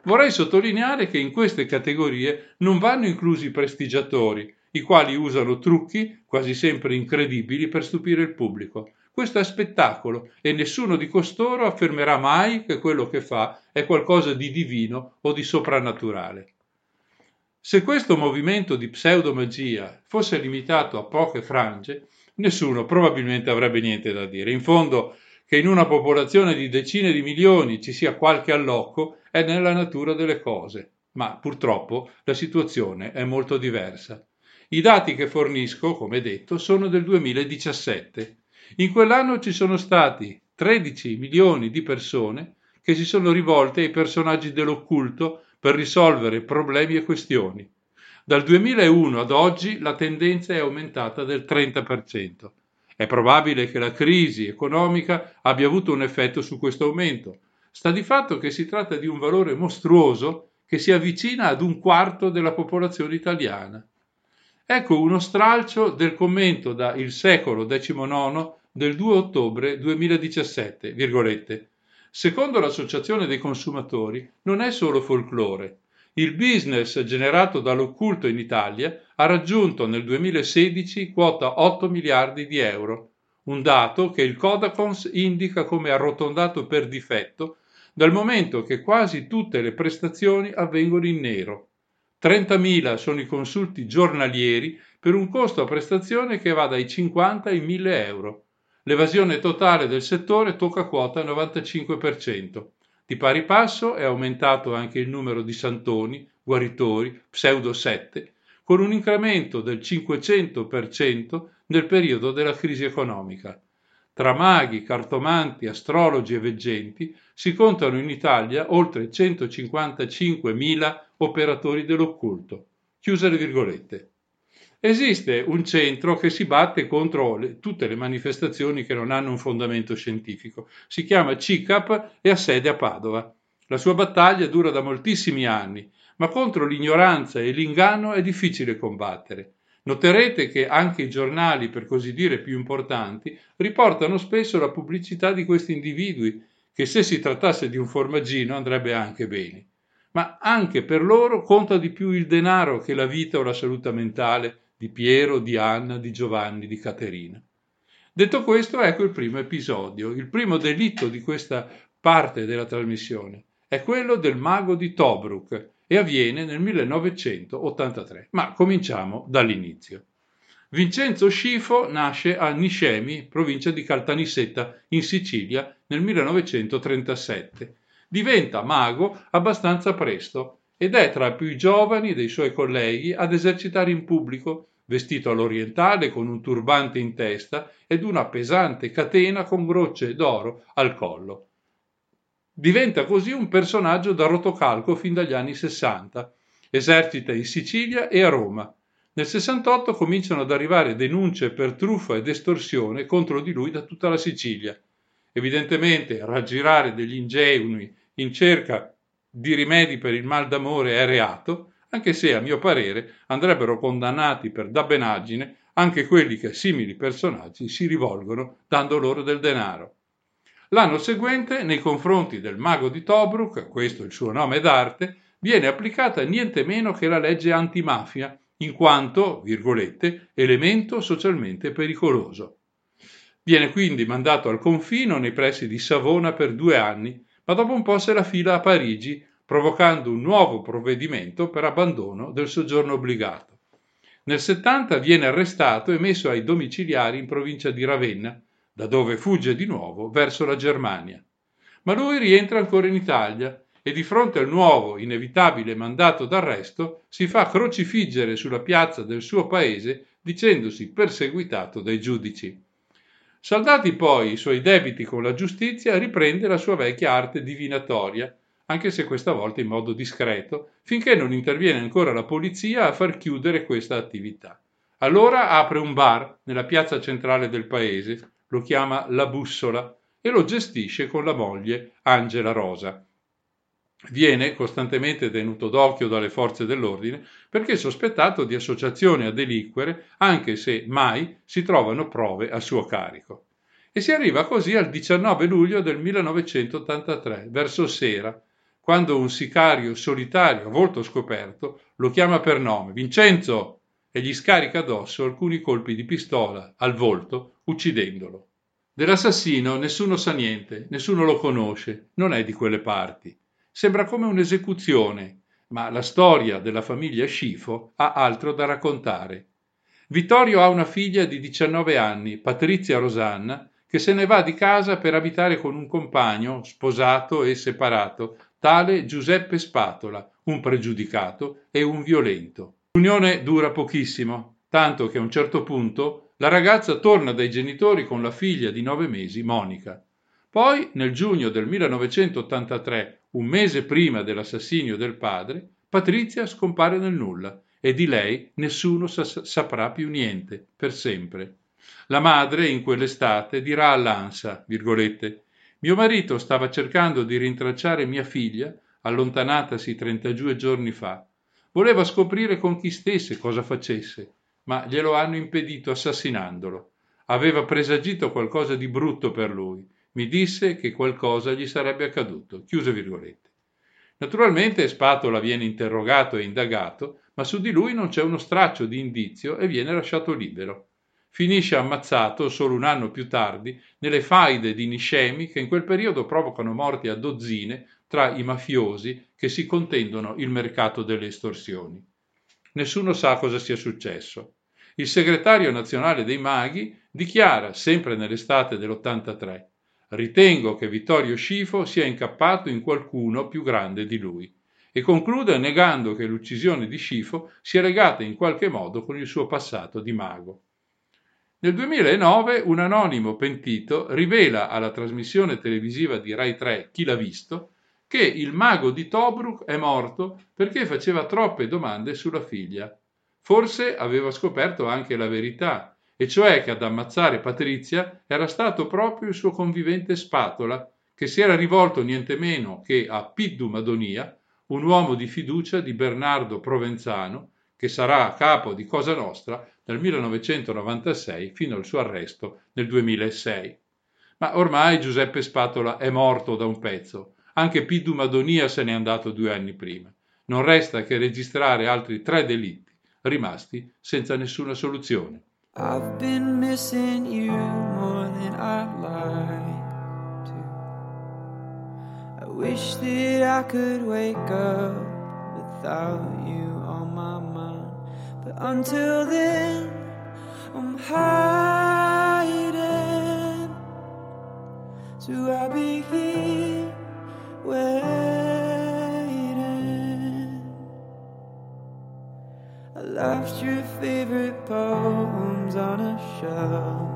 Vorrei sottolineare che in queste categorie non vanno inclusi i prestigiatori, i quali usano trucchi, quasi sempre incredibili, per stupire il pubblico. Questo è spettacolo e nessuno di costoro affermerà mai che quello che fa è qualcosa di divino o di soprannaturale. Se questo movimento di pseudomagia fosse limitato a poche frange, nessuno probabilmente avrebbe niente da dire. In fondo, che in una popolazione di decine di milioni ci sia qualche allocco è nella natura delle cose, ma purtroppo la situazione è molto diversa. I dati che fornisco, come detto, sono del 2017. In quell'anno ci sono stati 13 milioni di persone che si sono rivolte ai personaggi dell'occulto per risolvere problemi e questioni. Dal 2001 ad oggi la tendenza è aumentata del 30%. È probabile che la crisi economica abbia avuto un effetto su questo aumento. Sta di fatto che si tratta di un valore mostruoso che si avvicina ad un quarto della popolazione italiana. Ecco uno stralcio del commento da Il Secolo XIX del 2 ottobre 2017, virgolette. Secondo l'Associazione dei consumatori non è solo folklore. Il business generato dall'occulto in Italia ha raggiunto nel 2016 quota 8 miliardi di euro, un dato che il Codacons indica come arrotondato per difetto dal momento che quasi tutte le prestazioni avvengono in nero. 30.000 sono i consulti giornalieri per un costo a prestazione che va dai 50 ai 1.000 euro. L'evasione totale del settore tocca quota 95%. Di pari passo è aumentato anche il numero di santoni, guaritori, pseudosette, con un incremento del 500% nel periodo della crisi economica. Tra maghi, cartomanti, astrologi e veggenti si contano in Italia oltre 155.000 operatori dell'occulto. Chiuse le virgolette. Esiste un centro che si batte contro tutte le manifestazioni che non hanno un fondamento scientifico. Si chiama CICAP e ha sede a Padova. La sua battaglia dura da moltissimi anni, ma contro l'ignoranza e l'inganno è difficile combattere. Noterete che anche i giornali, per così dire, più importanti, riportano spesso la pubblicità di questi individui, che se si trattasse di un formaggino andrebbe anche bene. Ma anche per loro conta di più il denaro che la vita o la salute mentale di Piero, di Anna, di Giovanni, di Caterina. Detto questo, ecco il primo episodio, il primo delitto di questa parte della trasmissione. È quello del mago di Tobruk e avviene nel 1983. Ma cominciamo dall'inizio. Vincenzo Scifo nasce a Niscemi, provincia di Caltanissetta, in Sicilia, nel 1937. Diventa mago abbastanza presto ed è tra i più giovani dei suoi colleghi ad esercitare in pubblico, vestito all'orientale con un turbante in testa ed una pesante catena con gocce d'oro al collo. Diventa così un personaggio da rotocalco fin dagli anni 60. Esercita in Sicilia e a Roma. Nel 68 cominciano ad arrivare denunce per truffa ed estorsione contro di lui da tutta la Sicilia. Evidentemente raggirare degli ingenui in cerca di rimedi per il mal d'amore è reato, anche se a mio parere andrebbero condannati per dabbenaggine anche quelli che a simili personaggi si rivolgono dando loro del denaro. L'anno seguente, nei confronti del mago di Tobruk, questo è il suo nome d'arte, viene applicata niente meno che la legge antimafia, in quanto, virgolette, elemento socialmente pericoloso. Viene quindi mandato al confino nei pressi di Savona per 2 anni, ma dopo un po' se la fila a Parigi, provocando un nuovo provvedimento per abbandono del soggiorno obbligato. Nel 70 viene arrestato e messo ai domiciliari in provincia di Ravenna, da dove fugge di nuovo verso la Germania. Ma lui rientra ancora in Italia e di fronte al nuovo, inevitabile mandato d'arresto si fa crocifiggere sulla piazza del suo paese dicendosi perseguitato dai giudici. Saldati poi i suoi debiti con la giustizia, riprende la sua vecchia arte divinatoria, anche se questa volta in modo discreto, finché non interviene ancora la polizia a far chiudere questa attività. Allora apre un bar nella piazza centrale del paese, lo chiama La Bussola e lo gestisce con la moglie Angela Rosa. Viene costantemente tenuto d'occhio dalle forze dell'ordine perché è sospettato di associazione a delinquere, anche se mai si trovano prove a suo carico. E si arriva così al 19 luglio del 1983, verso sera, quando un sicario solitario a volto scoperto lo chiama per nome, Vincenzo, e gli scarica addosso alcuni colpi di pistola al volto, uccidendolo. Dell'assassino nessuno sa niente, nessuno lo conosce, non è di quelle parti. Sembra come un'esecuzione, ma la storia della famiglia Scifo ha altro da raccontare. Vittorio ha una figlia di 19 anni, Patrizia Rosanna, che se ne va di casa per abitare con un compagno, sposato e separato, tale Giuseppe Spatola, un pregiudicato e un violento. L'unione dura pochissimo, tanto che a un certo punto la ragazza torna dai genitori con la figlia di 9 mesi, Monica. Poi, nel giugno del 1983, un mese prima dell'assassinio del padre, Patrizia scompare nel nulla e di lei nessuno saprà più niente, per sempre. La madre, in quell'estate, dirà all'ANSA, virgolette, «Mio marito stava cercando di rintracciare mia figlia, allontanatasi 32 giorni fa. Voleva scoprire con chi stesse, cosa facesse, ma glielo hanno impedito assassinandolo. Aveva presagito qualcosa di brutto per lui. Mi disse che qualcosa gli sarebbe accaduto». Chiuse virgolette. Naturalmente Spatola viene interrogato e indagato, ma su di lui non c'è uno straccio di indizio e viene lasciato libero. Finisce ammazzato solo un anno più tardi nelle faide di Niscemi che in quel periodo provocano morti a dozzine tra i mafiosi che si contendono il mercato delle estorsioni. Nessuno sa cosa sia successo. Il segretario nazionale dei Maghi dichiara, sempre nell'estate dell'83, «Ritengo che Vittorio Scifo sia incappato in qualcuno più grande di lui», e conclude negando che l'uccisione di Scifo sia legata in qualche modo con il suo passato di mago. Nel 2009 un anonimo pentito rivela alla trasmissione televisiva di Rai 3 Chi l'ha visto che il mago di Tobruk è morto perché faceva troppe domande sulla figlia. Forse aveva scoperto anche la verità, e cioè che ad ammazzare Patrizia era stato proprio il suo convivente Spatola, che si era rivolto niente meno che a Piddu Madonia, un uomo di fiducia di Bernardo Provenzano, che sarà a capo di Cosa Nostra dal 1996 fino al suo arresto nel 2006. Ma ormai Giuseppe Spatola è morto da un pezzo. Anche Piddu Madonia se n'è andato 2 anni prima. Non resta che registrare altri 3 delitti, rimasti senza nessuna soluzione. I've been missing you more than I'd like to. I wish that I could wake up without you on my mind. But until then, I'm hiding. So I'll be here waiting. I left your favorite poems on a shelf.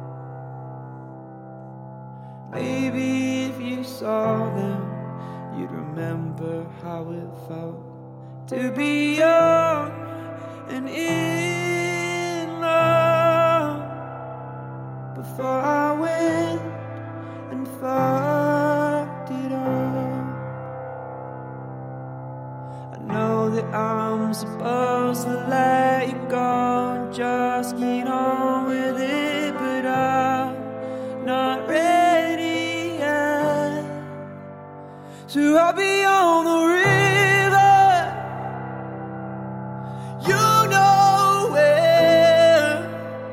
Maybe if you saw them, you'd remember how it felt to be young and in love. Before I went and fucked it up, I know that I'm supposed to let you go and just get on with it, but I'm not ready yet. So I'll be on the river, you know where,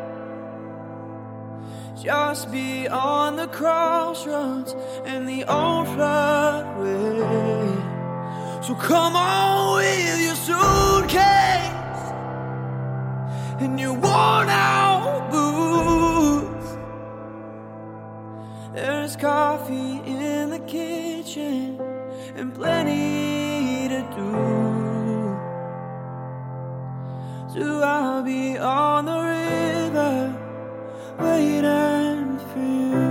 just beyond the crossroads and the old floodway. So come on with your suitcase and your worn out boots. There's coffee in the kitchen and plenty to do. So I'll be on the river waiting for you.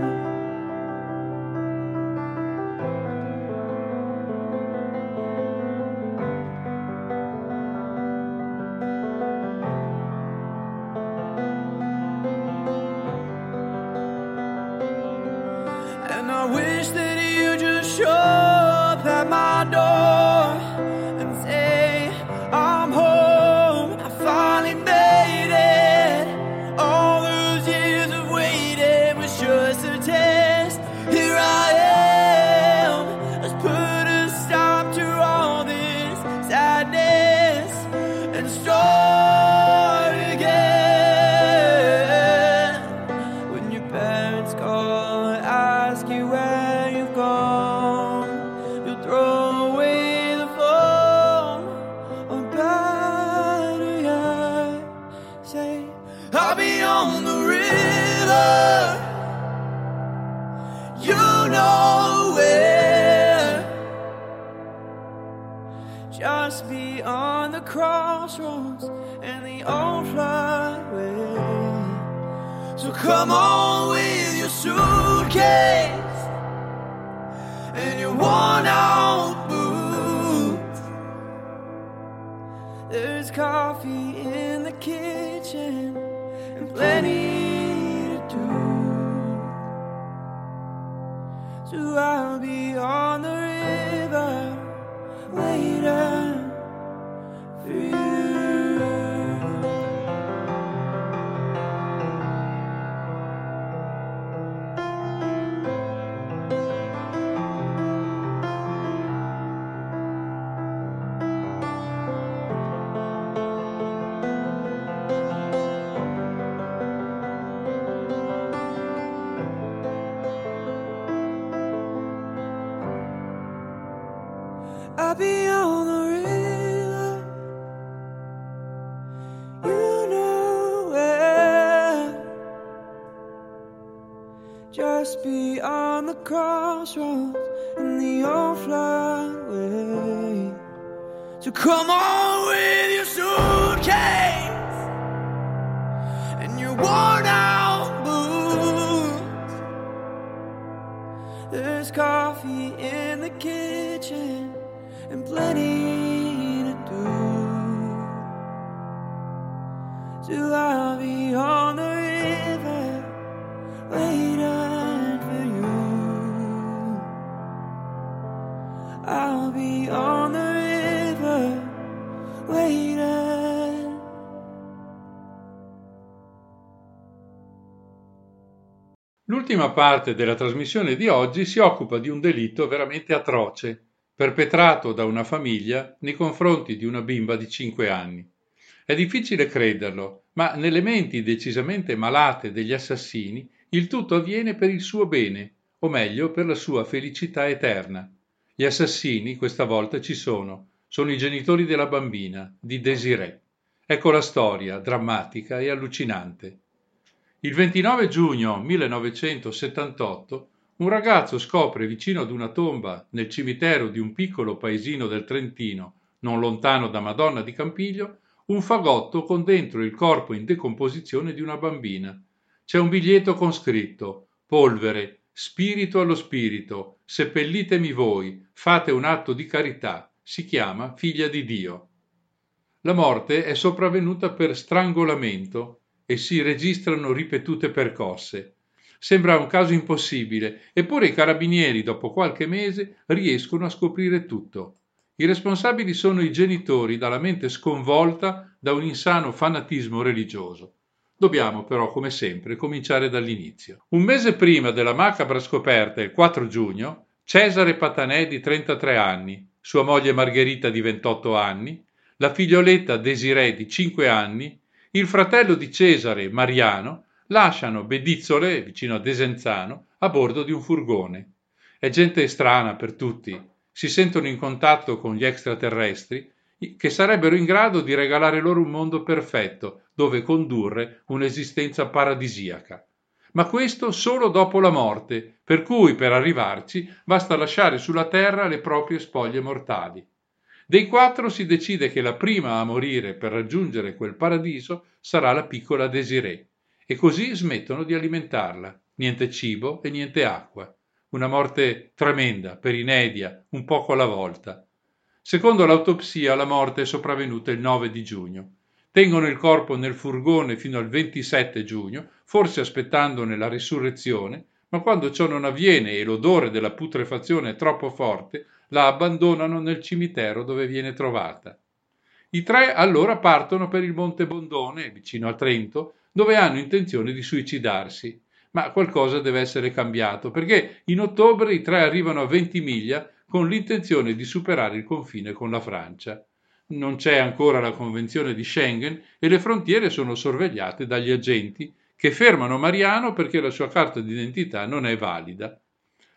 And I wish that you just show up at my door and say, I'm home, I finally made it. All those years of waiting was just a test. Here I am, let's put aside ask you where you've gone, you'll throw away the phone. Or better yet, say, I'll be on the river, you know where, just beyond the crossroads and the old floodway. So come on with your suitcase and your worn-out boots. There's coffee in the kitchen and plenty to do. So I'll be on the river waiting for you. I'll be on the river, you know where, just beyond the crossroads and the old floodway. So come on with your suitcase and your worn-out boots. There's coffee in the kitchen and plenty to do. So I'll be on the river waiting for you. I'll be on the river waiting. L'ultima parte della trasmissione di oggi si occupa di un delitto veramente atroce, perpetrato da una famiglia nei confronti di una bimba di 5 anni. È difficile crederlo, ma nelle menti decisamente malate degli assassini il tutto avviene per il suo bene, o meglio per la sua felicità eterna. Gli assassini questa volta ci sono i genitori della bambina, di Desirée. Ecco la storia, drammatica e allucinante. Il 29 giugno 1978 un ragazzo scopre vicino ad una tomba nel cimitero di un piccolo paesino del Trentino, non lontano da Madonna di Campiglio, un fagotto con dentro il corpo in decomposizione di una bambina. C'è un biglietto con scritto: polvere, spirito allo spirito, seppellitemi voi, fate un atto di carità, si chiama Figlia di Dio. La morte è sopravvenuta per strangolamento e si registrano ripetute percosse. Sembra un caso impossibile, eppure i carabinieri, dopo qualche mese, riescono a scoprire tutto. I responsabili sono i genitori, dalla mente sconvolta da un insano fanatismo religioso. Dobbiamo però, come sempre, cominciare dall'inizio. Un mese prima della macabra scoperta, il 4 giugno, Cesare Patanè di 33 anni, sua moglie Margherita di 28 anni, la figlioletta Desirée di 5 anni, il fratello di Cesare, Mariano, lasciano Bedizzole, vicino a Desenzano, a bordo di un furgone. È gente strana per tutti, si sentono in contatto con gli extraterrestri che sarebbero in grado di regalare loro un mondo perfetto dove condurre un'esistenza paradisiaca. Ma questo solo dopo la morte, per cui per arrivarci basta lasciare sulla terra le proprie spoglie mortali. Dei 4 si decide che la prima a morire per raggiungere quel paradiso sarà la piccola Desirée. E così smettono di alimentarla, niente cibo e niente acqua. Una morte tremenda, per inedia, un poco alla volta. Secondo l'autopsia la morte è sopravvenuta il 9 di giugno. Tengono il corpo nel furgone fino al 27 giugno, forse aspettandone la risurrezione, ma quando ciò non avviene e l'odore della putrefazione è troppo forte, la abbandonano nel cimitero dove viene trovata. I 3 allora partono per il Monte Bondone, vicino a Trento, dove hanno intenzione di suicidarsi. Ma qualcosa deve essere cambiato, perché in ottobre i 3 arrivano a Ventimiglia con l'intenzione di superare il confine con la Francia. Non c'è ancora la Convenzione di Schengen e le frontiere sono sorvegliate dagli agenti che fermano Mariano perché la sua carta d'identità non è valida.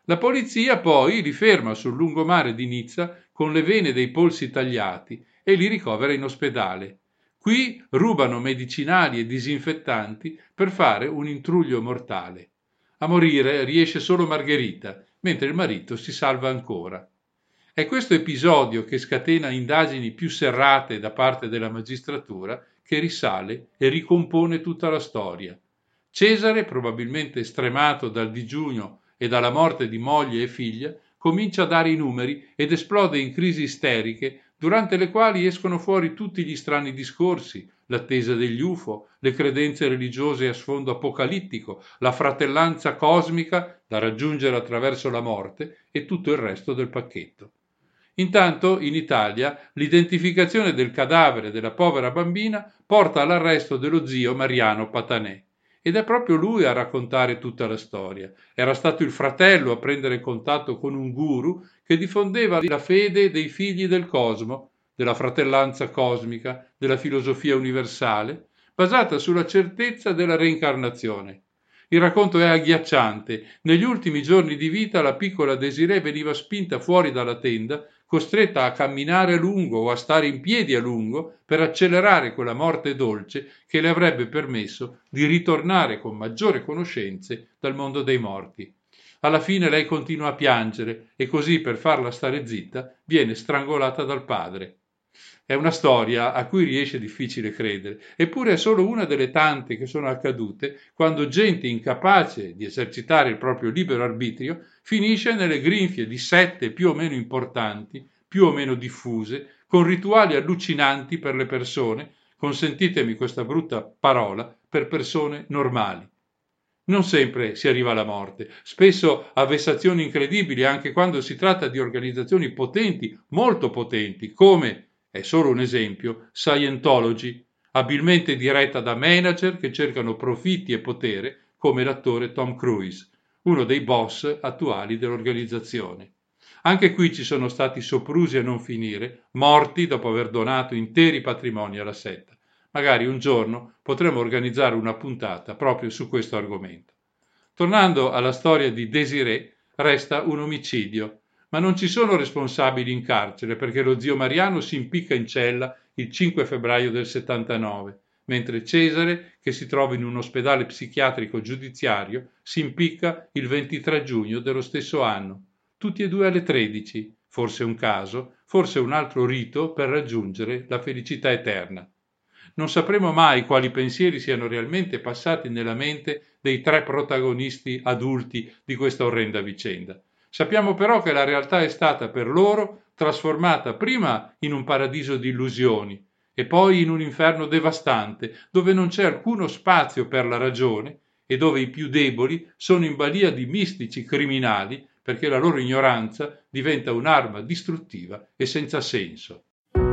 La polizia poi li ferma sul lungomare di Nizza con le vene dei polsi tagliati e li ricovera in ospedale. Qui rubano medicinali e disinfettanti per fare un intruglio mortale. A morire riesce solo Margherita, mentre il marito si salva ancora. È questo episodio che scatena indagini più serrate da parte della magistratura che risale e ricompone tutta la storia. Cesare, probabilmente stremato dal digiuno e dalla morte di moglie e figlia, comincia a dare i numeri ed esplode in crisi isteriche, durante le quali escono fuori tutti gli strani discorsi, l'attesa degli UFO, le credenze religiose a sfondo apocalittico, la fratellanza cosmica da raggiungere attraverso la morte e tutto il resto del pacchetto. Intanto, in Italia, l'identificazione del cadavere della povera bambina porta all'arresto dello zio Mariano Patanè. Ed è proprio lui a raccontare tutta la storia. Era stato il fratello a prendere contatto con un guru che diffondeva la fede dei figli del cosmo, della fratellanza cosmica, della filosofia universale, basata sulla certezza della reincarnazione. Il racconto è agghiacciante. Negli ultimi giorni di vita la piccola Desirée veniva spinta fuori dalla tenda, costretta a camminare a lungo o a stare in piedi a lungo per accelerare quella morte dolce che le avrebbe permesso di ritornare con maggiore conoscenze dal mondo dei morti. Alla fine lei continua a piangere e così, per farla stare zitta, viene strangolata dal padre. È una storia a cui riesce difficile credere, eppure è solo una delle tante che sono accadute quando gente incapace di esercitare il proprio libero arbitrio finisce nelle grinfie di sette più o meno importanti, più o meno diffuse, con rituali allucinanti per le persone, consentitemi questa brutta parola, per persone normali. Non sempre si arriva alla morte, spesso a vessazioni incredibili anche quando si tratta di organizzazioni potenti, molto potenti, come, è solo un esempio, Scientology, abilmente diretta da manager che cercano profitti e potere, come l'attore Tom Cruise, uno dei boss attuali dell'organizzazione. Anche qui ci sono stati soprusi a non finire, morti dopo aver donato interi patrimoni alla setta. Magari un giorno potremo organizzare una puntata proprio su questo argomento. Tornando alla storia di Desirée, resta un omicidio, ma non ci sono responsabili in carcere perché lo zio Mariano si impicca in cella il 5 febbraio del 79, mentre Cesare, che si trova in un ospedale psichiatrico giudiziario, si impicca il 23 giugno dello stesso anno, tutti e due alle 13, forse un caso, forse un altro rito per raggiungere la felicità eterna. Non sapremo mai quali pensieri siano realmente passati nella mente dei tre protagonisti adulti di questa orrenda vicenda. Sappiamo però che la realtà è stata per loro trasformata prima in un paradiso di illusioni e poi in un inferno devastante, dove non c'è alcuno spazio per la ragione e dove i più deboli sono in balia di mistici criminali perché la loro ignoranza diventa un'arma distruttiva e senza senso.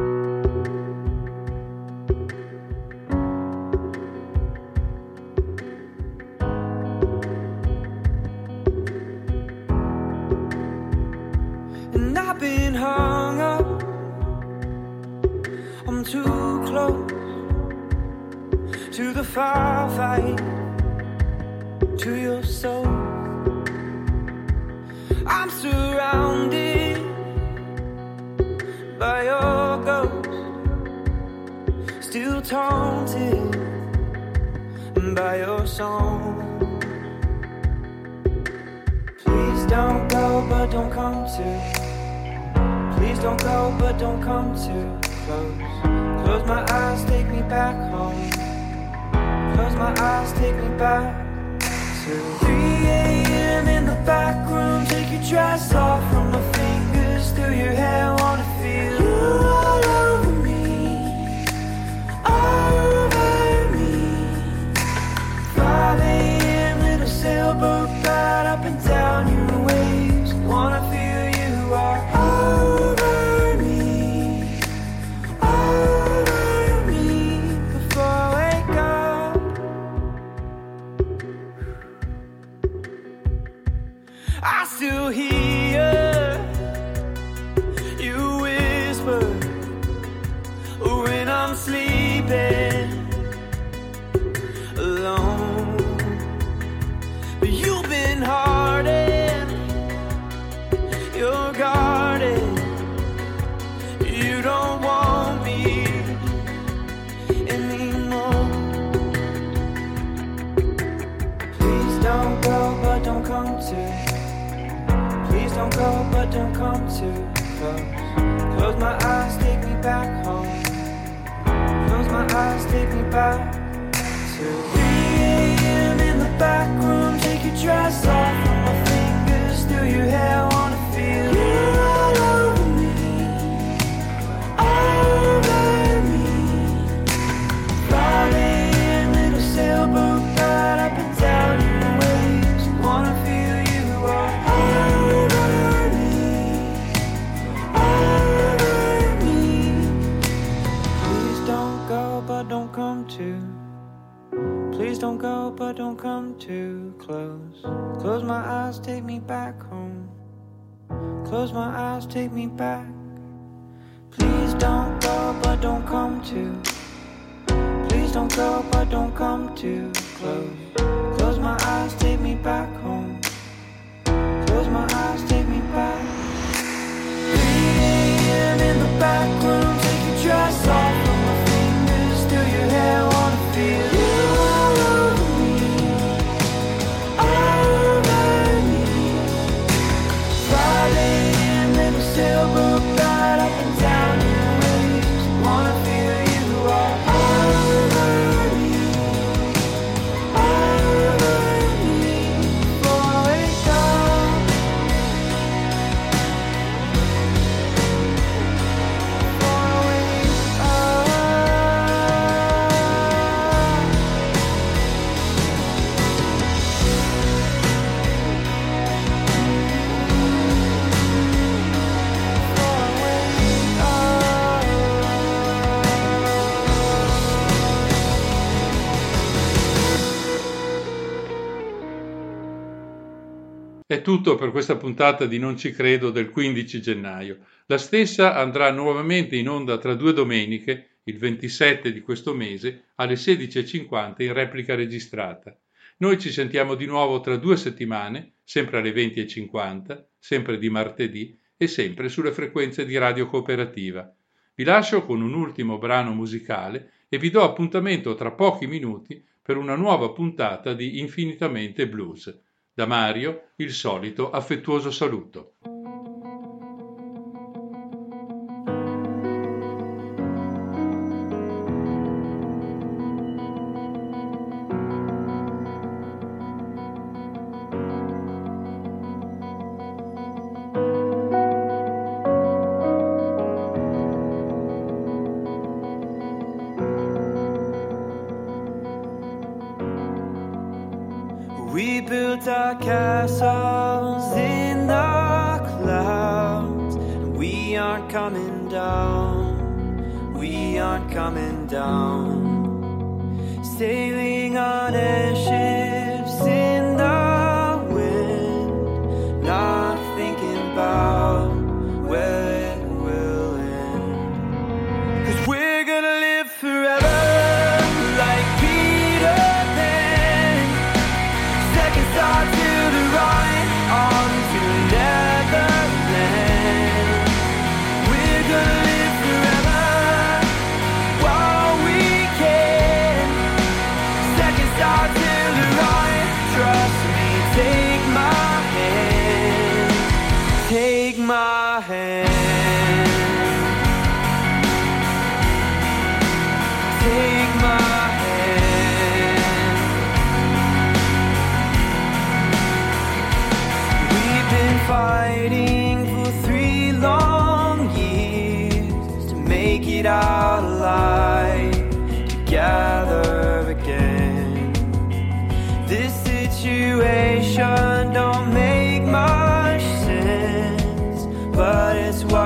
And I've been hung up, I'm too close to the firefight, to your soul. I'm surrounded by your ghost, still taunted by your song. Please don't go, but don't come too. Please don't go, but don't come too close. Close my eyes, take me back home. Close my eyes, take me back to 3 a.m. in the back room. Take your dress off from my fingers through your hair. Wanna feel you all over me, over me. 5 a.m. little sailboat ride up and down your waves. Wanna feel you are over me, over me. Before I wake up, I still hear you whisper when I'm sleeping alone. But you've been hardened don't go, but don't come too close. Close my eyes, take me back home. Close my eyes, take me back to 3 a.m. in the back room. Take your dress off from my fingers, through your hair. Wanna feel you all over me, over me. 5 a.m. little sailboat ride up and down in the waves. Wanna feel you all over me, over me. Please don't go, but don't come too. Please don't go, but don't come too close. Close my eyes, take me back home. Close my eyes, take me back. Please don't go, but don't come too. Please don't go, but don't come too close. Close my eyes, take me back home. Close my eyes, take me back. 3 a.m. in the back room. Take your dress off from my fingers, through your hair. Wanna feel you all over me, over me. 5 a.m. little sailboat ride up and down in the waves. Wanna feel you all over me, over me. Before I wake up, before I wake up. È tutto per questa puntata di Non ci credo del 15 gennaio. La stessa andrà nuovamente in onda tra 2 domeniche, il 27 di questo mese, alle 16:50 in replica registrata. Noi ci sentiamo di nuovo tra 2 settimane, sempre alle 20:50, sempre di martedì e sempre sulle frequenze di Radio Cooperativa. Vi lascio con un ultimo brano musicale e vi do appuntamento tra pochi minuti per una nuova puntata di Infinitamente Blues. Da Mario, il solito affettuoso saluto. We built our castles in the clouds, and we aren't coming down, we aren't coming down. Sailing on airships in the wind, not thinking about where it will end. 'Cause we're gonna live forever like Peter Pan. Seconds start to the right, on to Neverland. We're gonna live forever while we can. Seconds start to the right, trust me, take my hand. Take my hand. Take my hand. We've been fighting for 3 long years to make it out alive together again. This situation don't make much sense, but it's what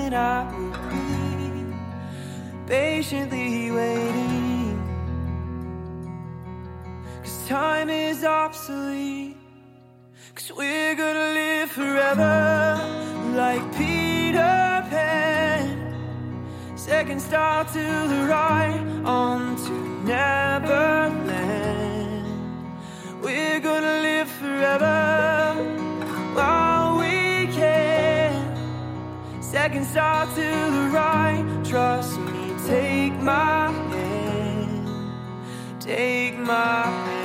and I will be patiently waiting. 'Cause time is obsolete. 'Cause we're gonna live forever like Peter Pan. Second star to the right, on to Neverland. We're gonna live forever while we can. Second star to the right, trust me, take my hand. Take my hand.